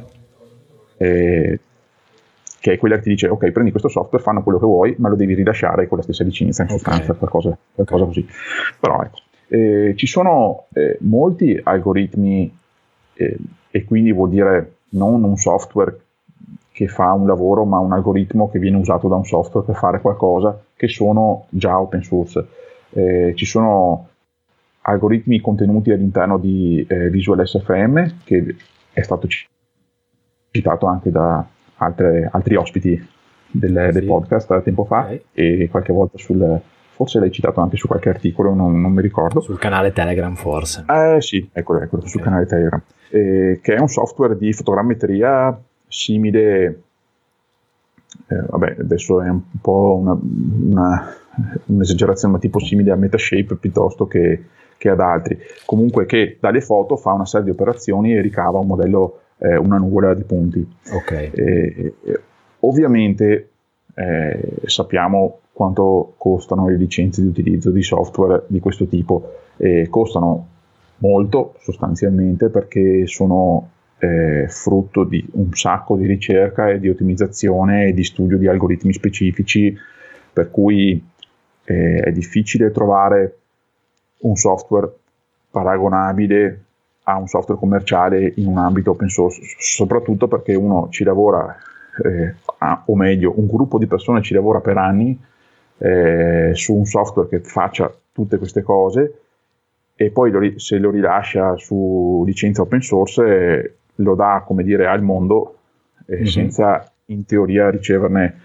Eh, che è quella che ti dice ok, prendi questo software, fanno quello che vuoi, ma lo devi rilasciare con la stessa licenza, in sostanza, okay. qualcosa, qualcosa così. Però ecco, eh, ci sono eh, molti algoritmi eh, e quindi vuol dire non un software che fa un lavoro, ma un algoritmo che viene usato da un software per fare qualcosa, che sono già open source. Eh, ci sono algoritmi contenuti all'interno di eh, Visual S F M, che è stato citato anche da altre, altri ospiti del, sì. del podcast a tempo fa, okay. E qualche volta sul, forse l'hai citato anche su qualche articolo, non, non mi ricordo. Sul canale Telegram forse. Eh sì, eccolo, eccolo okay. Sul canale Telegram, eh, che è un software di fotogrammetria simile eh, vabbè, adesso è un po' una, una, un'esagerazione, ma tipo simile a Metashape piuttosto che, che ad altri, comunque che dalle foto fa una serie di operazioni e ricava un modello, eh, una nuvola di punti. Okay. Eh, eh, ovviamente eh, sappiamo quanto costano le licenze di utilizzo di software di questo tipo, eh, costano molto sostanzialmente perché sono eh, frutto di un sacco di ricerca e di ottimizzazione e di studio di algoritmi specifici, per cui eh, è difficile trovare un software paragonabile a un software commerciale in un ambito open source, soprattutto perché uno ci lavora, eh, a, o meglio un gruppo di persone ci lavora per anni eh, su un software che faccia tutte queste cose, e poi lo, se lo rilascia su licenza open source eh, lo dà, come dire, al mondo eh, mm-hmm. senza in teoria riceverne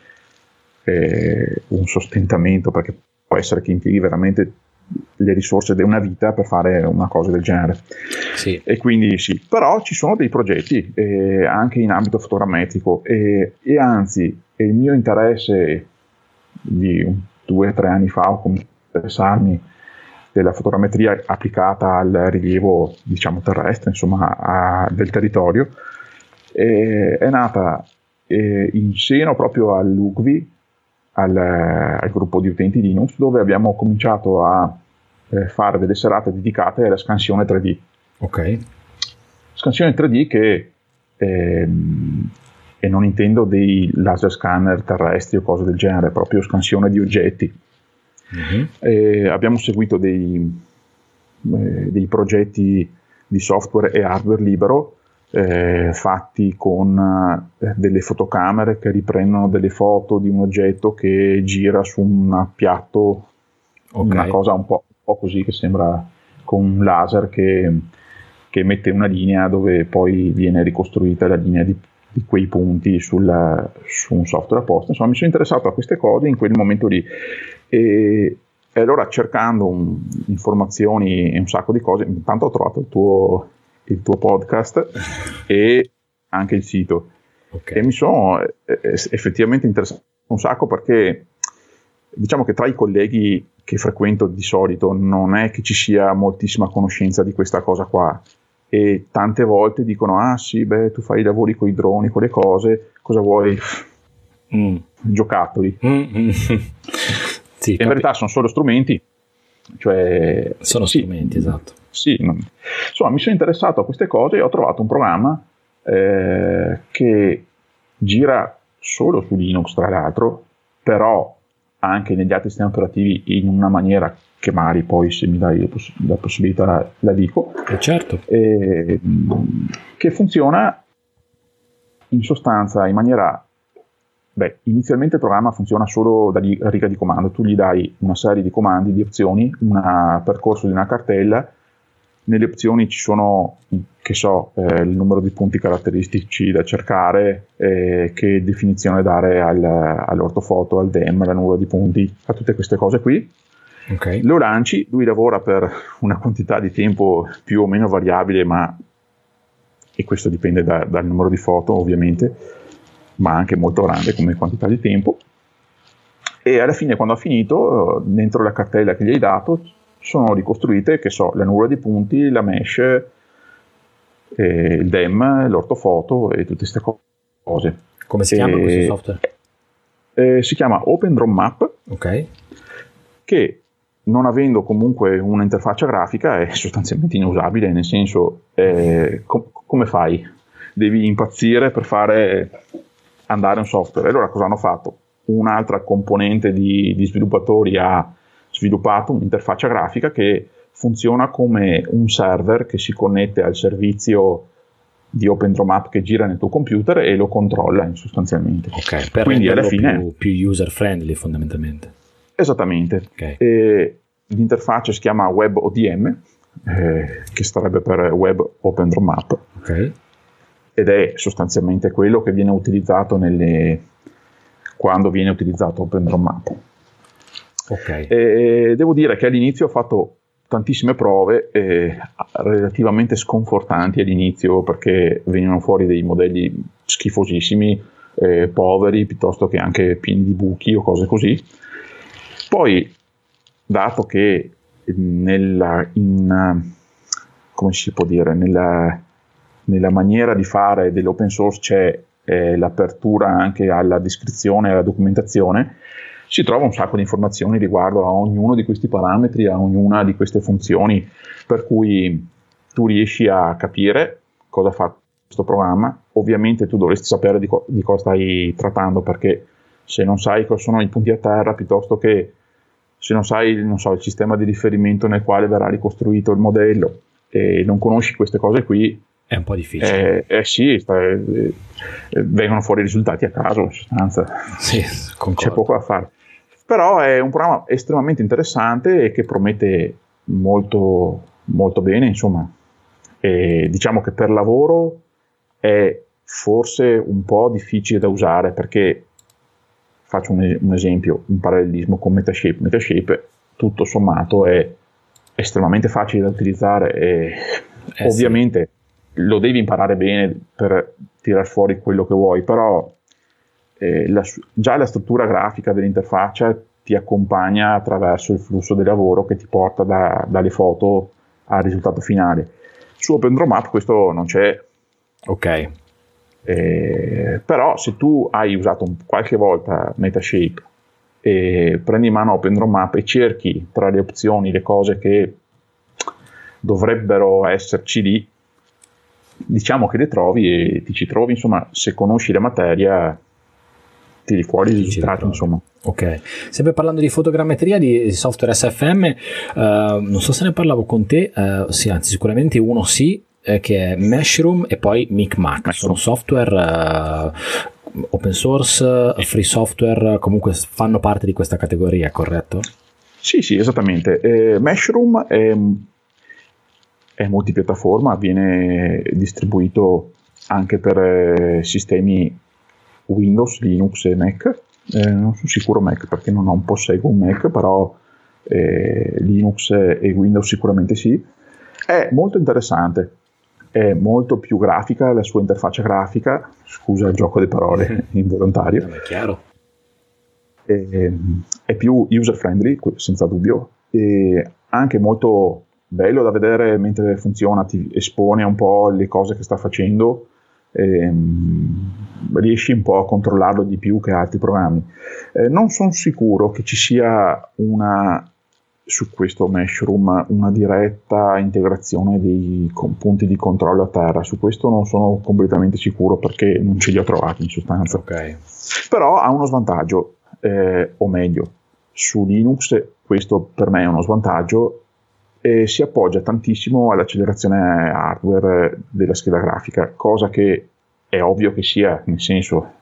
eh, un sostentamento, perché può essere che impieghi veramente le risorse di una vita per fare una cosa del genere. Sì. E quindi sì, però ci sono dei progetti eh, anche in ambito fotogrammetrico e, e anzi il mio interesse di un, due o tre anni fa ho cominciato a interessarmi della fotogrammetria applicata al rilievo, diciamo, terrestre, insomma, a, del territorio, e è nata eh, in seno proprio all'U G V I, al, al gruppo di utenti Linux, dove abbiamo cominciato a eh, fare delle serate dedicate alla scansione tre D. Ok. Scansione tre D che, ehm, e non intendo dei laser scanner terrestri o cose del genere, proprio scansione di oggetti. Mm-hmm. Eh, abbiamo seguito dei, eh, dei progetti di software e hardware libero eh, fatti con eh, delle fotocamere che riprendono delle foto di un oggetto che gira su un piatto, okay. Una cosa un po', un po' così, che sembra con un laser che, che mette una linea dove poi viene ricostruita la linea di, di quei punti sul, su un software apposta. Insomma, mi sono interessato a queste cose in quel momento lì. E, e allora, cercando un, informazioni e un sacco di cose, intanto ho trovato il tuo, il tuo podcast e anche il sito, okay. E mi sono eh, effettivamente interessato un sacco, perché diciamo che tra i colleghi che frequento di solito non è che ci sia moltissima conoscenza di questa cosa qua, e tante volte dicono: ah sì, beh, tu fai i lavori con i droni, con le cose, cosa vuoi? Mm. Giocattoli. Mm-hmm. Sì, in capi- verità sono solo strumenti, cioè sono sì, strumenti, esatto. Sì, non, insomma, mi sono interessato a queste cose e ho trovato un programma eh, che gira solo su Linux, tra l'altro, però anche negli altri sistemi operativi in una maniera che magari poi, se mi dai la possibilità, la, la dico. Eh certo. Eh, che funziona in sostanza in maniera... Beh, inizialmente il programma funziona solo da riga di comando. Tu gli dai una serie di comandi, di opzioni, un percorso di una cartella. Nelle opzioni ci sono, che so, eh, il numero di punti caratteristici da cercare, eh, che definizione dare al, all'ortofoto, al D E M, alla nuvola di punti, a tutte queste cose qui. Okay. Lo lanci, lui lavora per una quantità di tempo più o meno variabile, ma e questo dipende da, dal numero di foto, ovviamente, ma anche molto grande come quantità di tempo, e alla fine, quando ha finito, dentro la cartella che gli hai dato sono ricostruite, che so, la nuvola di punti, la mesh, eh, il D E M, l'ortofoto e tutte queste cose. Come si chiama e, questo software? Eh, si chiama OpenDrawMap, ok, che non avendo comunque un'interfaccia grafica è sostanzialmente inusabile, nel senso, eh, com- come fai? Devi impazzire per fare andare un software. Allora cosa hanno fatto? Un'altra componente di, di sviluppatori ha sviluppato un'interfaccia grafica che funziona come un server che si connette al servizio di OpenDrawMap che gira nel tuo computer e lo controlla sostanzialmente. Ok, per quindi alla fine più, più user friendly fondamentalmente. Esattamente. Okay. E l'interfaccia si chiama WebODM, eh, che starebbe per Web OpenDrawMap. Ok. Ed è sostanzialmente quello che viene utilizzato nelle quando viene utilizzato OpenDrawMap. Okay. E devo dire che all'inizio ho fatto tantissime prove eh, relativamente sconfortanti all'inizio, perché venivano fuori dei modelli schifosissimi, eh, poveri piuttosto che anche pieni di buchi o cose così. Poi, dato che nella, in, come si può dire, nella, nella maniera di fare dell'open source c'è eh, l'apertura anche alla descrizione e alla documentazione, si trova un sacco di informazioni riguardo a ognuno di questi parametri, a ognuna di queste funzioni, per cui tu riesci a capire cosa fa questo programma. Ovviamente tu dovresti sapere di, co- di cosa stai trattando, perché se non sai cosa sono i punti a terra, piuttosto che se non sai, non so, il sistema di riferimento nel quale verrà ricostruito il modello e non conosci queste cose qui, è un po' difficile. Eh, eh sì, sta, eh, vengono fuori risultati a caso, in sostanza. Sì, c'è poco da fare. Però è un programma estremamente interessante e che promette molto, molto bene, insomma. E diciamo che per lavoro è forse un po' difficile da usare, perché faccio un, es- un esempio, un parallelismo con Metashape. Metashape tutto sommato è estremamente facile da utilizzare e eh ovviamente sì, lo devi imparare bene per tirar fuori quello che vuoi, però eh, la, già la struttura grafica dell'interfaccia ti accompagna attraverso il flusso del lavoro che ti porta da, dalle foto al risultato finale. Su OpenDrawMap questo non c'è. Ok. Eh, però se tu hai usato un, qualche volta Metashape e prendi in mano OpenDrawMap e cerchi tra le opzioni le cose che dovrebbero esserci lì, diciamo che le trovi e ti ci trovi, insomma, se conosci la materia tiri fuori i risultati, insomma. Ok, sempre parlando di fotogrammetria, di software S F M, uh, non so se ne parlavo con te, uh, sì, anzi sicuramente uno sì, eh, che è Meshroom e poi Micmac. Meshroom. Sono software uh, open source, free software, comunque fanno parte di questa categoria, corretto? Sì, sì, esattamente. Eh, Meshroom è, è multipiattaforma, viene distribuito anche per eh, sistemi Windows, Linux e Mac. Eh, non sono sicuro Mac perché non ho un posseggo un Mac, però eh, Linux e Windows sicuramente sì. È molto interessante, è molto più grafica la sua interfaccia grafica, scusa il gioco di parole involontario. È chiaro. È, è più user friendly senza dubbio, e anche molto bello da vedere mentre funziona, ti espone un po' le cose che sta facendo. Ehm, riesci un po' a controllarlo di più che altri programmi. Eh, non sono sicuro che ci sia una su questo Meshroom una diretta integrazione dei con punti di controllo a terra. Su questo non sono completamente sicuro perché non ce li ho trovati in sostanza. Okay. Però ha uno svantaggio, eh, o meglio, su Linux questo per me è uno svantaggio. E si appoggia tantissimo all'accelerazione hardware della scheda grafica, cosa che è ovvio che sia, nel senso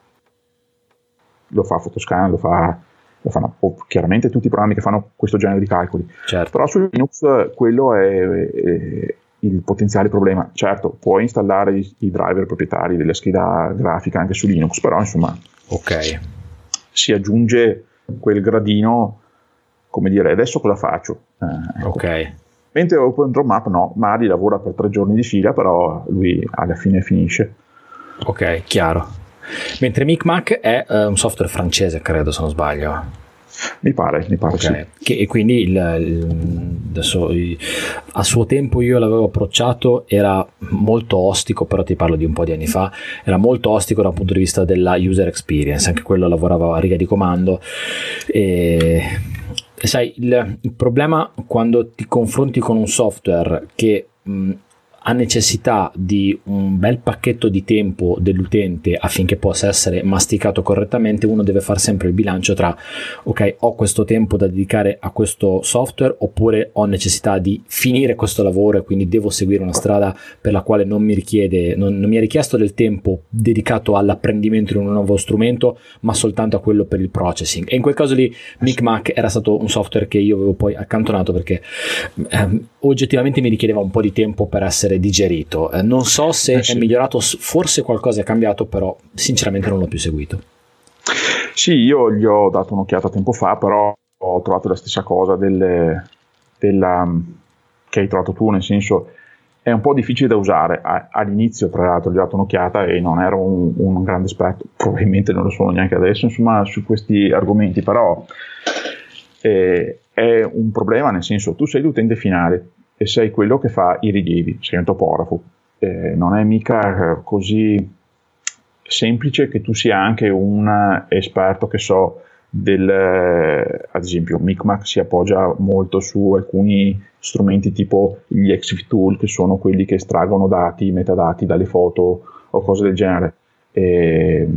lo fa Photoscan, lo fa, lo fanno chiaramente tutti i programmi che fanno questo genere di calcoli. Certo. Però su Linux quello è, è il potenziale problema. Certo, puoi installare i, i driver proprietari della scheda grafica anche su Linux, però insomma ok, si aggiunge quel gradino, come dire, adesso cosa faccio? Eh, ecco. Ok. Mentre OpenDrawMap no, Mari lavora per tre giorni di fila, però lui alla fine finisce. Ok, chiaro. Mentre Micmac è uh, un software francese, credo, se non sbaglio. Mi pare, mi pare okay. sì. Che, e quindi il, il, adesso, il, a suo tempo io l'avevo approcciato, era molto ostico, però ti parlo di un po' di anni fa, era molto ostico dal punto di vista della user experience, anche quello lavorava a riga di comando e... Sai, il, il problema quando ti confronti con un software che mh, ha necessità di un bel pacchetto di tempo dell'utente affinché possa essere masticato correttamente, uno deve fare sempre il bilancio tra ok, ho questo tempo da dedicare a questo software oppure ho necessità di finire questo lavoro e quindi devo seguire una strada per la quale non mi richiede non, non mi è richiesto del tempo dedicato all'apprendimento di un nuovo strumento, ma soltanto a quello per il processing. E in quel caso lì Micmac era stato un software che io avevo poi accantonato perché ehm, oggettivamente mi richiedeva un po' di tempo per essere digerito. Eh, non so se eh sì. è migliorato, forse qualcosa è cambiato, però sinceramente non l'ho più seguito. Sì, io gli ho dato un'occhiata tempo fa, però ho trovato la stessa cosa delle, della, che hai trovato tu, nel senso è un po' difficile da usare. All'inizio, tra l'altro, gli ho dato un'occhiata e non ero un, un grande esperto, probabilmente non lo sono neanche adesso, insomma, su questi argomenti, però eh, è un problema, nel senso, tu sei l'utente finale e sei quello che fa i rilievi, sei un topografo, eh, non è mica così semplice che tu sia anche un esperto, che so, del, ad esempio Micmac si appoggia molto su alcuni strumenti tipo gli EXIF tool, che sono quelli che estraggono dati, metadati dalle foto o cose del genere. E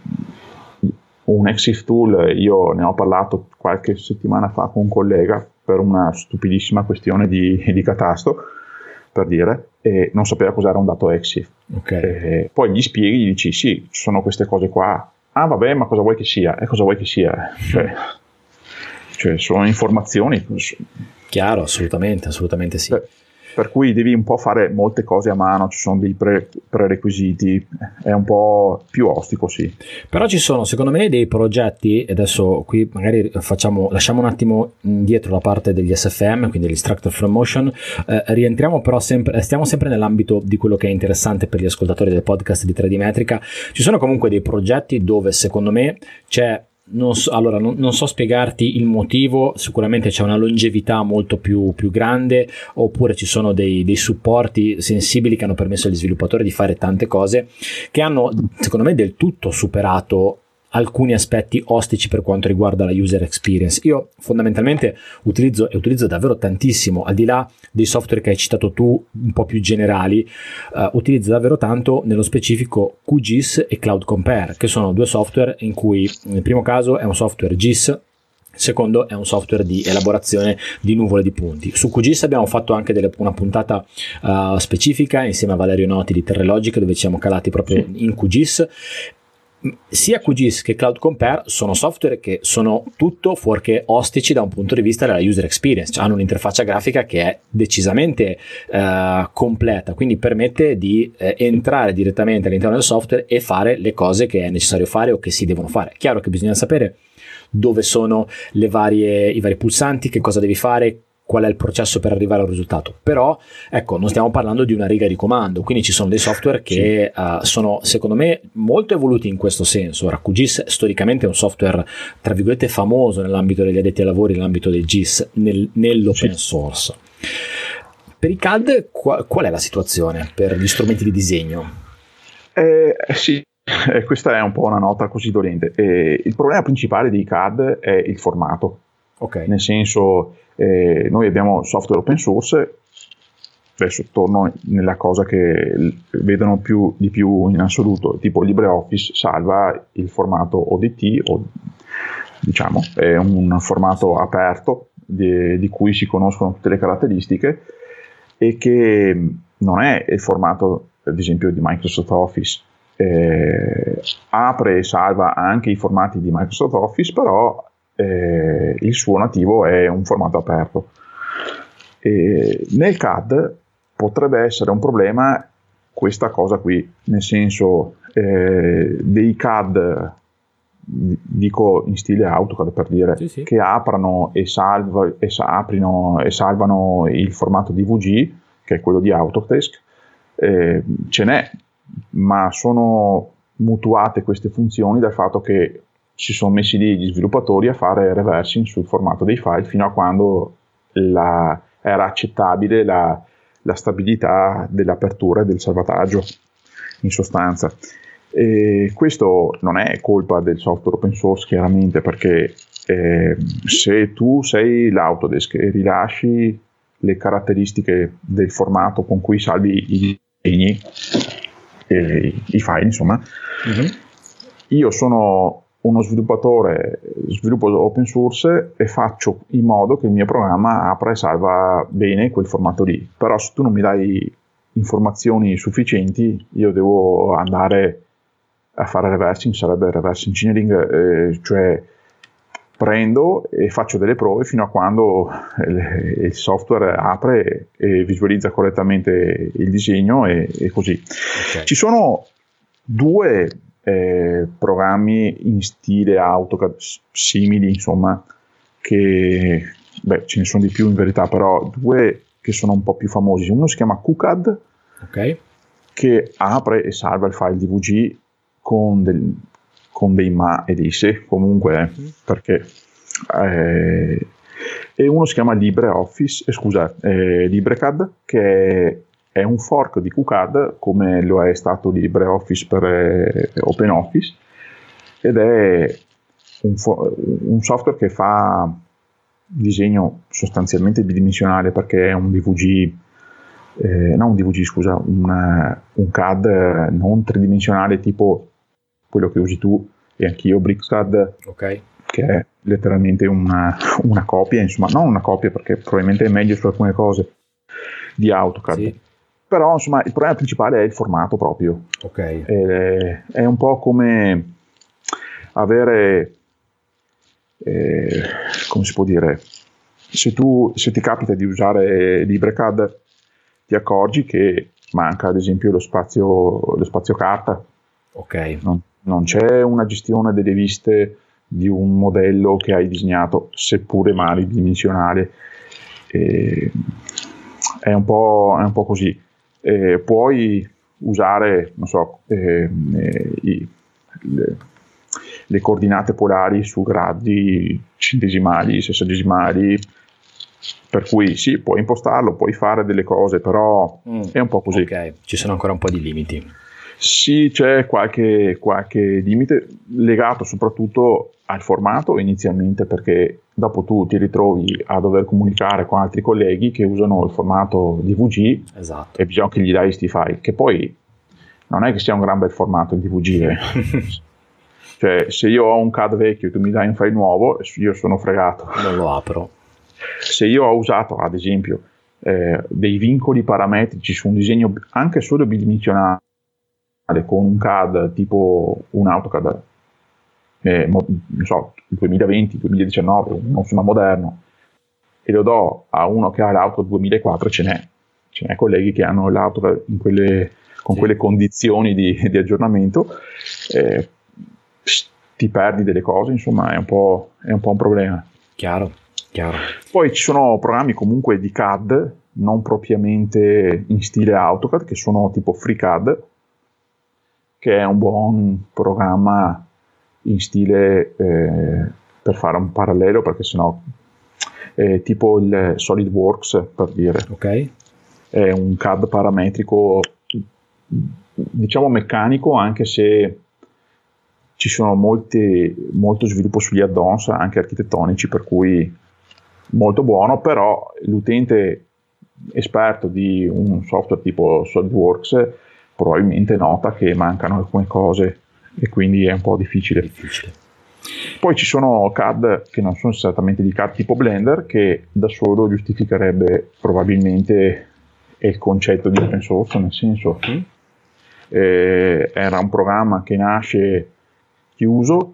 un EXIF tool, io ne ho parlato qualche settimana fa con un collega per una stupidissima questione di, di catasto, per dire, e non sapeva cos'era un dato EXIF. Okay. E poi gli spieghi, gli dici sì, ci sono queste cose qua. Ah vabbè, ma cosa vuoi che sia? E cosa vuoi che sia? Cioè, cioè sono informazioni. Chiaro, assolutamente, assolutamente sì. Per, per cui devi un po' fare molte cose a mano, ci sono dei pre, prerequisiti, è un po' più ostico, sì. Però ci sono, secondo me, dei progetti, e adesso qui magari facciamo, lasciamo un attimo indietro la parte degli S F M, quindi gli Structured Flow Motion, eh, rientriamo però sempre, stiamo sempre nell'ambito di quello che è interessante per gli ascoltatori del podcast di tre D Metrica. Ci sono comunque dei progetti dove secondo me c'è, non so, allora non, non so spiegarti il motivo, sicuramente c'è una longevità molto più, più grande, oppure ci sono dei, dei supporti sensibili che hanno permesso agli sviluppatori di fare tante cose, che hanno secondo me del tutto superato alcuni aspetti ostici per quanto riguarda la user experience. Io fondamentalmente utilizzo e utilizzo davvero tantissimo, al di là dei software che hai citato tu un po' più generali, uh, utilizzo davvero tanto nello specifico QGIS e Cloud Compare, che sono due software in cui nel primo caso è un software G I S, il secondo è un software di elaborazione di nuvole di punti. Su QGIS abbiamo fatto anche delle, una puntata uh, specifica insieme a Valerio Noti di Terrelogic, dove ci siamo calati proprio in QGIS. Sia QGIS che Cloud Compare sono software che sono tutto fuorché ostici da un punto di vista della user experience, cioè hanno un'interfaccia grafica che è decisamente eh, completa, quindi permette di eh, entrare direttamente all'interno del software e fare le cose che è necessario fare o che si devono fare. Chiaro che bisogna sapere dove sono le varie, i vari pulsanti, che cosa devi fare, qual è il processo per arrivare al risultato, però ecco, non stiamo parlando di una riga di comando, quindi ci sono dei software che sì. uh, sono secondo me molto evoluti in questo senso. Ora QGIS storicamente è un software tra virgolette famoso nell'ambito degli addetti ai lavori, nell'ambito del G I S, nel, nell'open sì. source. Per i C A D qual, qual è la situazione per gli strumenti di disegno? Eh, sì, eh, questa è un po' una nota così dolente. Eh, il problema principale di C A D è il formato. Okay. Nel senso, eh, noi abbiamo software open source, adesso torno nella cosa che vedono più, di più in assoluto, tipo LibreOffice salva il formato O D T, o diciamo è un formato aperto di, di cui si conoscono tutte le caratteristiche e che non è il formato ad esempio di Microsoft Office. Eh, apre e salva anche i formati di Microsoft Office, però Eh, il suo nativo è un formato aperto. E nel C A D potrebbe essere un problema questa cosa qui, nel senso eh, dei C A D, dico in stile AutoCAD per dire, sì, sì. che aprano e, salva, e, aprino e salvano il formato D V G, che è quello di Autodesk, eh, ce n'è, ma sono mutuate queste funzioni dal fatto che si sono messi lì gli sviluppatori a fare reversing sul formato dei file fino a quando la, era accettabile la, la stabilità dell'apertura e del salvataggio, in sostanza. E questo non è colpa del software open source, chiaramente, perché eh, se tu sei l'Autodesk e rilasci le caratteristiche del formato con cui salvi i disegni, e i file, insomma, mm-hmm. io sono uno sviluppatore, sviluppo open source e faccio in modo che il mio programma apra e salva bene quel formato lì. Però se tu non mi dai informazioni sufficienti, io devo andare a fare reversing, sarebbe reverse engineering, eh, cioè prendo e faccio delle prove fino a quando il, il software apre e visualizza correttamente il disegno e, e così. Okay. Ci sono due Eh, programmi in stile AutoCAD simili, insomma, che beh, ce ne sono di più in verità, però due che sono un po' più famosi. Uno si chiama QCAD, okay, che apre e salva il file D V G con, del, con dei ma e dei se comunque, mm. perché eh, e uno si chiama LibreOffice, eh, scusa, eh, LibreCAD, che è un fork di QCAD come lo è stato LibreOffice per eh, OpenOffice, ed è un, fo- un software che fa disegno sostanzialmente bidimensionale, perché è un D V G eh, no un D V G scusa un, un C A D non tridimensionale tipo quello che usi tu e anch'io, BricsCAD, okay, che è letteralmente una, una copia, insomma non una copia perché probabilmente è meglio su alcune cose di AutoCAD, sì. Però insomma il problema principale è il formato proprio, okay. è, è un po' come avere eh, come si può dire, se tu se ti capita di usare LibreCAD ti accorgi che manca ad esempio lo spazio lo spazio carta, ok, non, non c'è una gestione delle viste di un modello che hai disegnato, seppure maridimensionale, eh, è un po' è un po' così. Eh, puoi usare non so eh, eh, i, le, le coordinate polari su gradi centesimali, sessagesimali, per cui sì, puoi impostarlo, puoi fare delle cose, però mm, è un po' così. Ok, ci sono ancora un po' di limiti. Sì, c'è qualche, qualche limite legato soprattutto al formato inizialmente, perché dopo tu ti ritrovi a dover comunicare con altri colleghi che usano il formato D V G, esatto, e bisogna che gli dai questi file, che poi non è che sia un gran bel formato il D V G, eh. Cioè se io ho un C A D vecchio e tu mi dai un file nuovo, io sono fregato, non lo apro. Se io ho usato ad esempio eh, dei vincoli parametrici su un disegno anche solo bidimensionale con un C A D tipo un AutoCAD eh, mo, non so, duemilaventi duemiladiciannove, non insomma moderno, e lo do a uno che ha l'auto duemilaquattro, ce n'è ce n'è colleghi che hanno l'auto in quelle, con sì. quelle condizioni di, di aggiornamento, eh, ti perdi delle cose, insomma è un po', è un po' un problema. Chiaro, chiaro. Poi ci sono programmi comunque di C A D non propriamente in stile AutoCAD, che sono tipo FreeCAD, che è un buon programma in stile eh, per fare un parallelo, perché sennò è tipo il SolidWorks, per dire. Ok. È un C A D parametrico, diciamo meccanico, anche se ci sono molti, molto sviluppo sugli add-ons anche architettonici, per cui molto buono, però l'utente esperto di un software tipo SolidWorks probabilmente nota che mancano alcune cose e quindi è un po' difficile. difficile. Poi ci sono C A D che non sono esattamente di C A D tipo Blender, che da solo giustificherebbe probabilmente il concetto di open source, nel senso che eh, era un programma che nasce chiuso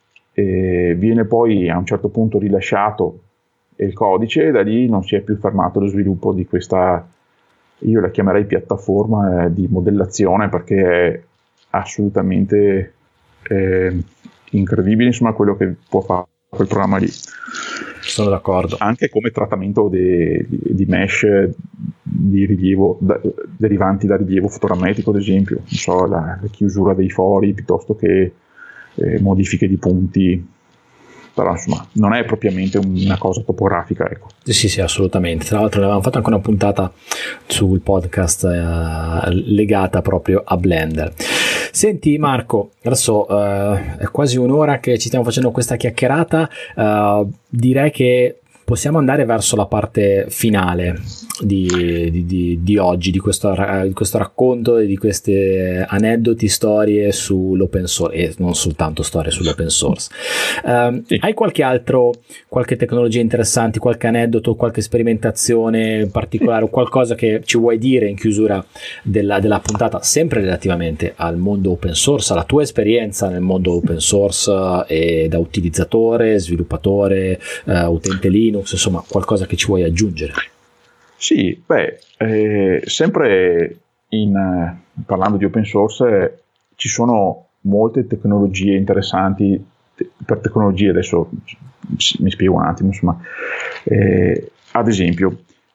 e viene poi a un certo punto rilasciato il codice, e da lì non si è più fermato lo sviluppo di questa, io la chiamerei piattaforma eh, di modellazione, perché è assolutamente eh, incredibile, insomma, quello che può fare quel programma lì. Sono d'accordo. Anche come trattamento de, di, di mesh di rilievo da, derivanti da rilievo fotogrametrico, ad esempio, non so, la, la chiusura dei fori piuttosto che eh, modifiche di punti. Però insomma non è propriamente una cosa topografica, ecco. Sì, sì, assolutamente. Tra l'altro ne avevamo fatto anche una puntata sul podcast eh, legata proprio a Blender. Senti Marco, adesso eh, è quasi un'ora che ci stiamo facendo questa chiacchierata, eh, direi che possiamo andare verso la parte finale di, di, di, di oggi, di questo, di questo racconto e di queste aneddoti, storie sull'open source, e non soltanto storie sull'open source. Um, sì. Hai qualche altro, qualche tecnologia interessante, qualche aneddoto, qualche sperimentazione in particolare, o qualcosa che ci vuoi dire in chiusura della, della puntata, sempre relativamente al mondo open source, alla tua esperienza nel mondo open source e da utilizzatore, sviluppatore, uh, utente Linux, insomma qualcosa che ci vuoi aggiungere? Sì, beh, eh, sempre in, eh, parlando di open source eh, ci sono molte tecnologie interessanti. Te- per tecnologie adesso mi spiego un attimo, insomma, eh, ad esempio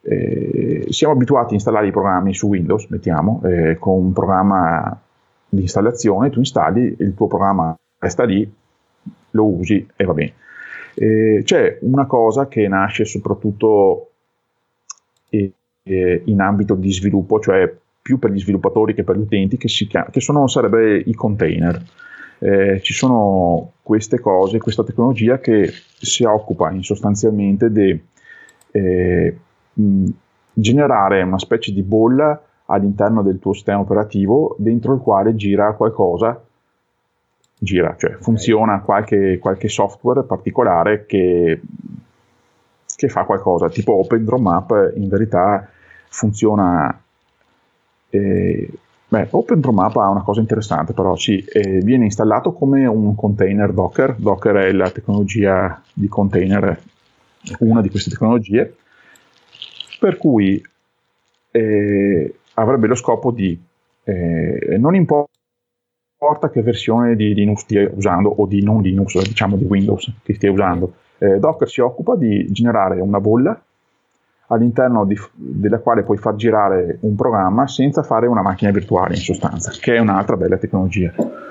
eh, siamo abituati a installare i programmi su Windows, mettiamo, eh, con un programma di installazione, tu installi, il tuo programma resta lì, lo usi e va bene. Eh, c'è una cosa che nasce soprattutto eh, eh, in ambito di sviluppo, cioè più per gli sviluppatori che per gli utenti, che, si chiama, che sono, sarebbe i container. Eh, ci sono queste cose, questa tecnologia che si occupa in sostanzialmente di eh, mh, generare una specie di bolla all'interno del tuo sistema operativo dentro il quale gira qualcosa, gira, cioè funziona qualche, qualche software particolare che, che fa qualcosa, tipo OpenDrawMap in verità funziona. Eh, beh, OpenDrawMap ha una cosa interessante, però sì, eh, viene installato come un container Docker. Docker è la tecnologia di container, una di queste tecnologie, per cui eh, avrebbe lo scopo di eh, non importa che versione di Linux stia usando, o di non Linux, diciamo di Windows che stia usando, eh, Docker si occupa di generare una bolla all'interno di, della quale puoi far girare un programma senza fare una macchina virtuale, in sostanza, che è un'altra bella tecnologia.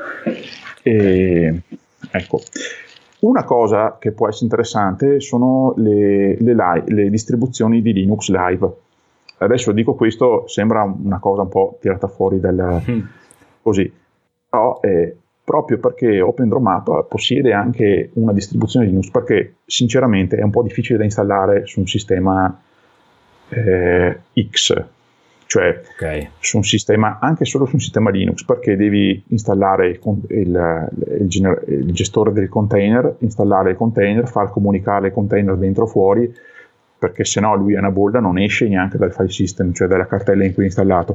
E, ecco, una cosa che può essere interessante sono le, le, live, le distribuzioni di Linux live. Adesso dico questo, sembra una cosa un po' tirata fuori dal mm. così, però è proprio perché OpenDrawMap possiede anche una distribuzione Linux, perché sinceramente è un po' difficile da installare su un sistema Eh, X, cioè okay. su un sistema, anche solo su un sistema Linux, perché devi installare il, il, il, gener- il gestore del container, installare il container, far comunicare il container dentro o fuori, perché sennò lui è una bolla, non esce neanche dal file system, cioè dalla cartella in cui è installato.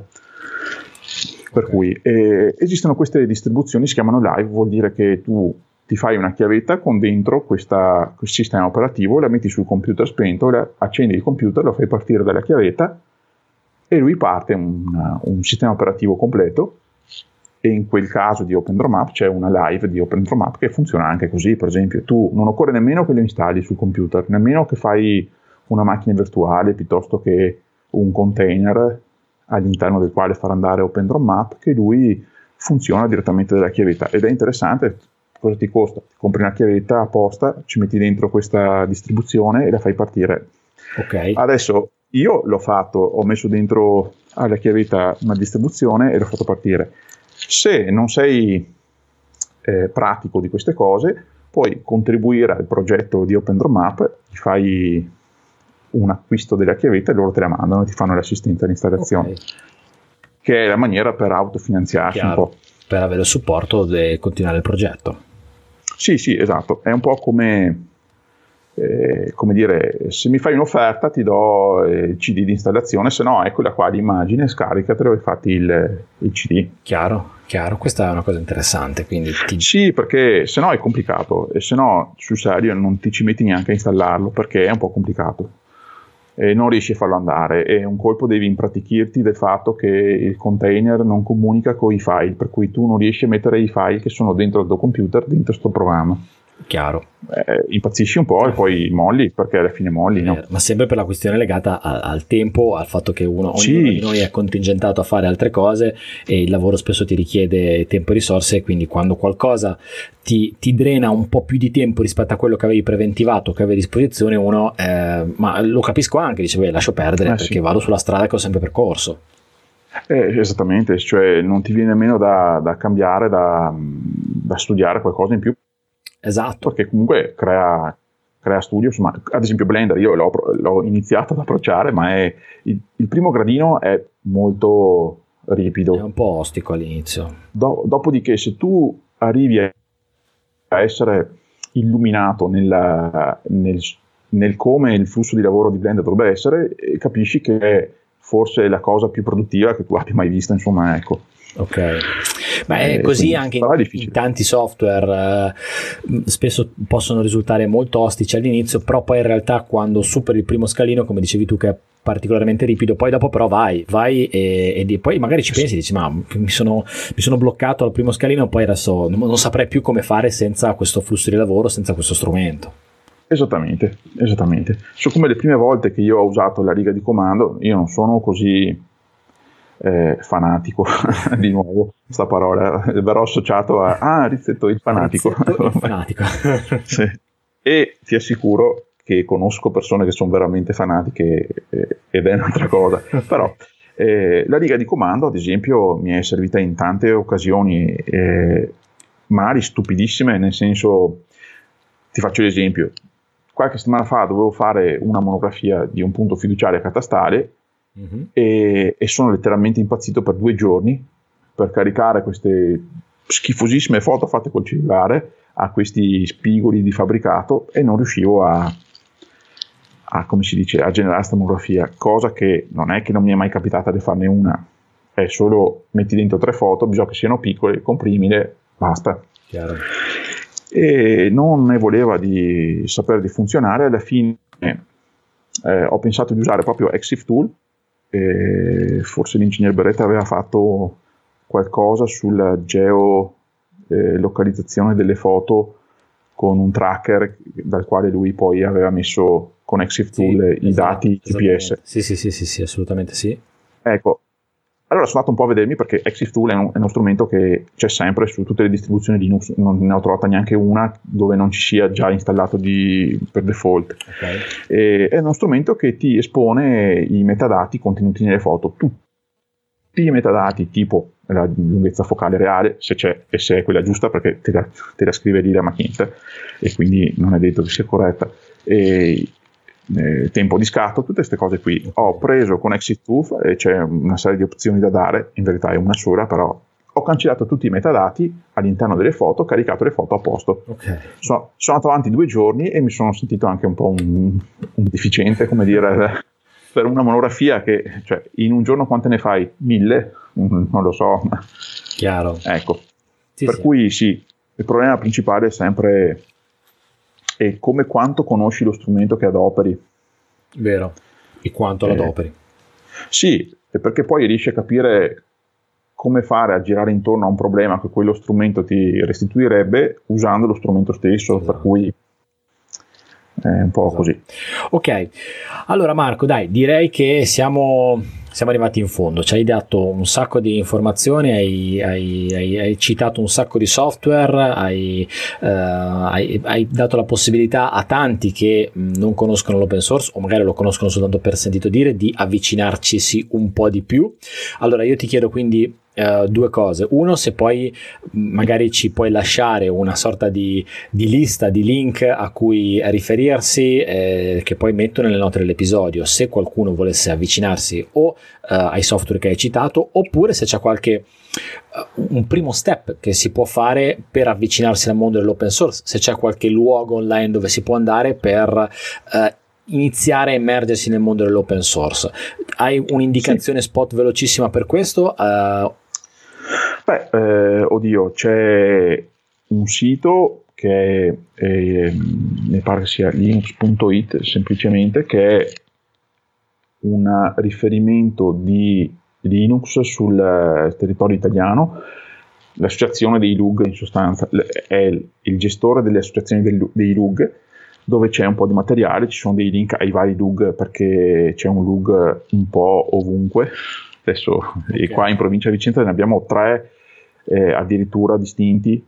Per okay. cui eh, esistono queste distribuzioni, si chiamano live, vuol dire che tu ti fai una chiavetta con dentro questa, questo sistema operativo, la metti sul computer spento, la, accendi il computer, lo fai partire dalla chiavetta e lui parte un, un sistema operativo completo, e in quel caso di OpenDrawMap c'è una live di OpenDrawMap che funziona anche così. Per esempio, tu non occorre nemmeno che lo installi sul computer, nemmeno che fai una macchina virtuale piuttosto che un container all'interno del quale far andare OpenDrawMap, che lui funziona direttamente dalla chiavetta. Ed è interessante. Cosa ti costa? Ti compri una chiavetta apposta, ci metti dentro questa distribuzione e la fai partire. Okay. Adesso io l'ho fatto, ho messo dentro alla chiavetta una distribuzione e l'ho fatto partire. Se non sei eh, pratico di queste cose, puoi contribuire al progetto di OpenDrawMap, ti fai un acquisto della chiavetta e loro te la mandano e ti fanno l'assistenza all'installazione, okay. che è la maniera per autofinanziarsi. Chiaro. Un po'. Per avere il supporto e continuare il progetto. Sì, sì, esatto. È un po' come, eh, come dire, se mi fai un'offerta ti do il C D di installazione, se no eccola qua l'immagine, scaricatelo e fatti il, il C D. Chiaro, chiaro. Questa è una cosa interessante. Quindi ti... Sì, perché se no è complicato, e se no sul serio non ti ci metti neanche a installarlo, perché è un po' complicato. E non riesci a farlo andare, e un colpo devi impratichirti del fatto che il container non comunica con i file, per cui tu non riesci a mettere i file che sono dentro il tuo computer dentro sto programma. Chiaro. Eh, impazzisci un po' e poi molli, perché alla fine molli, no? Ma sempre per la questione legata a, al tempo, al fatto che uno, ognuno sì. di noi è contingentato a fare altre cose e il lavoro spesso ti richiede tempo e risorse, quindi quando qualcosa ti, ti drena un po' più di tempo rispetto a quello che avevi preventivato, che avevi a disposizione, uno, eh, ma lo capisco anche, dice, beh, lascio perdere, eh, perché sì. vado sulla strada che ho sempre percorso. Eh, esattamente, cioè non ti viene meno da, da cambiare, da, da studiare qualcosa in più. Esatto. Perché comunque crea, crea studio, insomma, ad esempio Blender io l'ho, l'ho iniziato ad approcciare, ma è, il, il primo gradino è molto ripido. È un po' ostico all'inizio. Do, dopodiché se tu arrivi a essere illuminato nel, nel, nel come il flusso di lavoro di Blender dovrebbe essere, capisci che è forse la cosa più produttiva che tu abbia mai visto, insomma, ecco. Ok, ma è eh, così anche in, in tanti software, eh, spesso possono risultare molto ostici all'inizio, però poi in realtà quando superi il primo scalino, come dicevi tu, che è particolarmente ripido, poi dopo però vai, vai e, e poi magari ci pensi e dici, ma mi sono, mi sono bloccato al primo scalino, poi adesso non, non saprei più come fare senza questo flusso di lavoro, senza questo strumento. Esattamente, esattamente. Sono come le prime volte che io ho usato la riga di comando, io non sono così eh, fanatico, di nuovo, sta parola, verrò associato a, ah, Rizzetto il fanatico. Rizzetto il fanatico. Sì. E ti assicuro che conosco persone che sono veramente fanatiche eh, ed è un'altra cosa, però eh, la riga di comando ad esempio mi è servita in tante occasioni, eh, magari stupidissime, nel senso, ti faccio l'esempio, qualche settimana fa dovevo fare una monografia di un punto fiduciario catastale, mm-hmm. e, e sono letteralmente impazzito per due giorni per caricare queste schifosissime foto fatte col cellulare a questi spigoli di fabbricato e non riuscivo a, a come si dice, a generare questa monografia, cosa che non è che non mi è mai capitata di farne una, è solo metti dentro tre foto, bisogna che siano piccole, comprimile, basta. Chiaro. E non ne voleva di sapere di funzionare, alla fine eh, ho pensato di usare proprio Exif Tool, e forse l'ingegner Beretta aveva fatto qualcosa sulla geolocalizzazione delle foto con un tracker dal quale lui poi aveva messo con Exif Tool sì, i esatto, dati G P S. Sì, sì, sì, sì, sì, assolutamente sì. Ecco, allora sono andato un po' a vedermi perché Exif Tool è, un, è uno strumento che c'è sempre su tutte le distribuzioni Linux, non ne ho trovata neanche una dove non ci sia già installato di, per default. Okay. E, è uno strumento che ti espone i metadati contenuti nelle foto, tutti i metadati tipo la lunghezza focale reale, se c'è e se è quella giusta, perché te la, te la scrive lì la macchinetta e quindi non è detto che sia corretta, e eh, tempo di scatto, tutte queste cose qui. Ho preso con Exif Tool e c'è una serie di opzioni da dare, in verità è una sola, però ho cancellato tutti i metadati all'interno delle foto, ho caricato le foto a posto. Okay. So, sono andato avanti due giorni e mi sono sentito anche un po' un, un deficiente, come dire, per una monografia che, cioè, in un giorno quante ne fai? Mille? Non lo so. Chiaro. Ecco. Sì, per sì. cui sì, il problema principale è sempre è come quanto conosci lo strumento che adoperi. Vero. E quanto eh, l'adoperi. Sì, perché poi riesci a capire come fare a girare intorno a un problema che quello strumento ti restituirebbe usando lo strumento stesso, esatto. Per cui è un po' esatto. Così. Ok, allora Marco, dai, direi che siamo, siamo arrivati in fondo. Ci hai dato un sacco di informazioni, hai, hai, hai, hai citato un sacco di software, hai, uh, hai, hai dato la possibilità a tanti che non conoscono l'open source o magari lo conoscono soltanto per sentito dire di avvicinarcisi un po' di più. Allora io ti chiedo quindi Uh, due cose. Uno, se poi magari ci puoi lasciare una sorta di, di lista di link a cui riferirsi, eh, che poi metto nelle note dell'episodio, se qualcuno volesse avvicinarsi o uh, ai software che hai citato, oppure se c'è qualche uh, un primo step che si può fare per avvicinarsi al mondo dell'open source, se c'è qualche luogo online dove si può andare per uh, iniziare a immergersi nel mondo dell'open source. Hai un'indicazione sì. Spot velocissima per questo? Uh, Beh, eh, oddio, c'è un sito che è, eh, mi pare che sia linux punto it semplicemente, che è un riferimento di Linux sul territorio italiano, l'associazione dei L U G in sostanza, è il gestore delle associazioni dei L U G, dove c'è un po' di materiale, ci sono dei link ai vari L U G perché c'è un L U G un po' ovunque. Adesso okay. Qua in provincia di Vicenza ne abbiamo tre eh, addirittura distinti,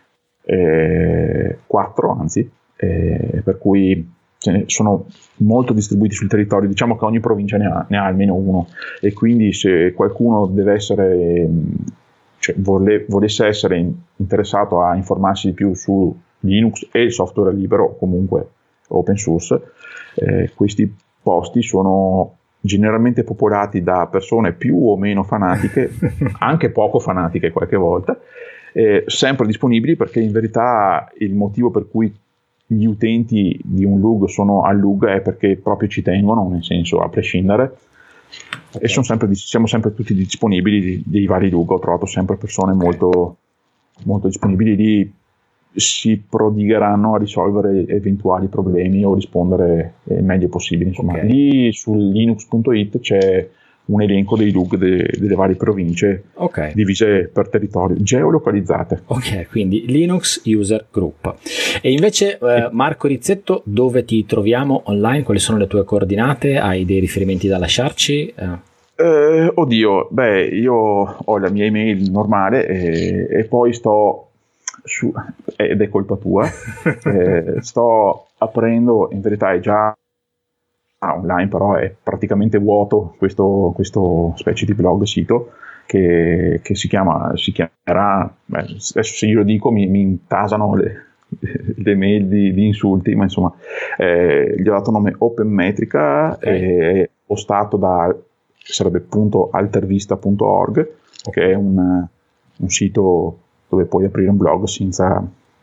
eh, quattro anzi, eh, per cui ce ne sono molto distribuiti sul territorio, diciamo che ogni provincia ne ha, ne ha almeno uno, e quindi se qualcuno deve essere, cioè vole, volesse essere interessato a informarsi di più su Linux e il software libero, comunque open source, eh, questi posti sono generalmente popolati da persone più o meno fanatiche, anche poco fanatiche qualche volta, eh, sempre disponibili, perché in verità il motivo per cui gli utenti di un L U G sono al L U G è perché proprio ci tengono, nel senso a prescindere, okay. E sono sempre, siamo sempre tutti disponibili dei vari L U G, ho trovato sempre persone okay. molto, molto disponibili lì, si prodigheranno a risolvere eventuali problemi o rispondere il meglio possibile. Insomma, okay. Lì su linux punto it c'è un elenco dei L U G de, delle varie province, okay, divise per territorio, geolocalizzate. Ok, quindi Linux User Group. E invece eh, Marco Rizzetto, dove ti troviamo online? Quali sono le tue coordinate? Hai dei riferimenti da lasciarci? Eh. Eh, oddio, beh, io ho la mia email normale e, e poi sto su, ed è colpa tua, eh, sto aprendo, in verità è già online, però è praticamente vuoto questo, questo specie di blog sito che, che si chiama, si chiamerà, beh, adesso se io lo dico mi, mi intasano le, le mail di, di insulti, ma insomma eh, gli ho dato nome Open Metrica, okay. È postato da, sarebbe appunto altervista punto org, okay. Che è un, un sito dove puoi aprire un blog senza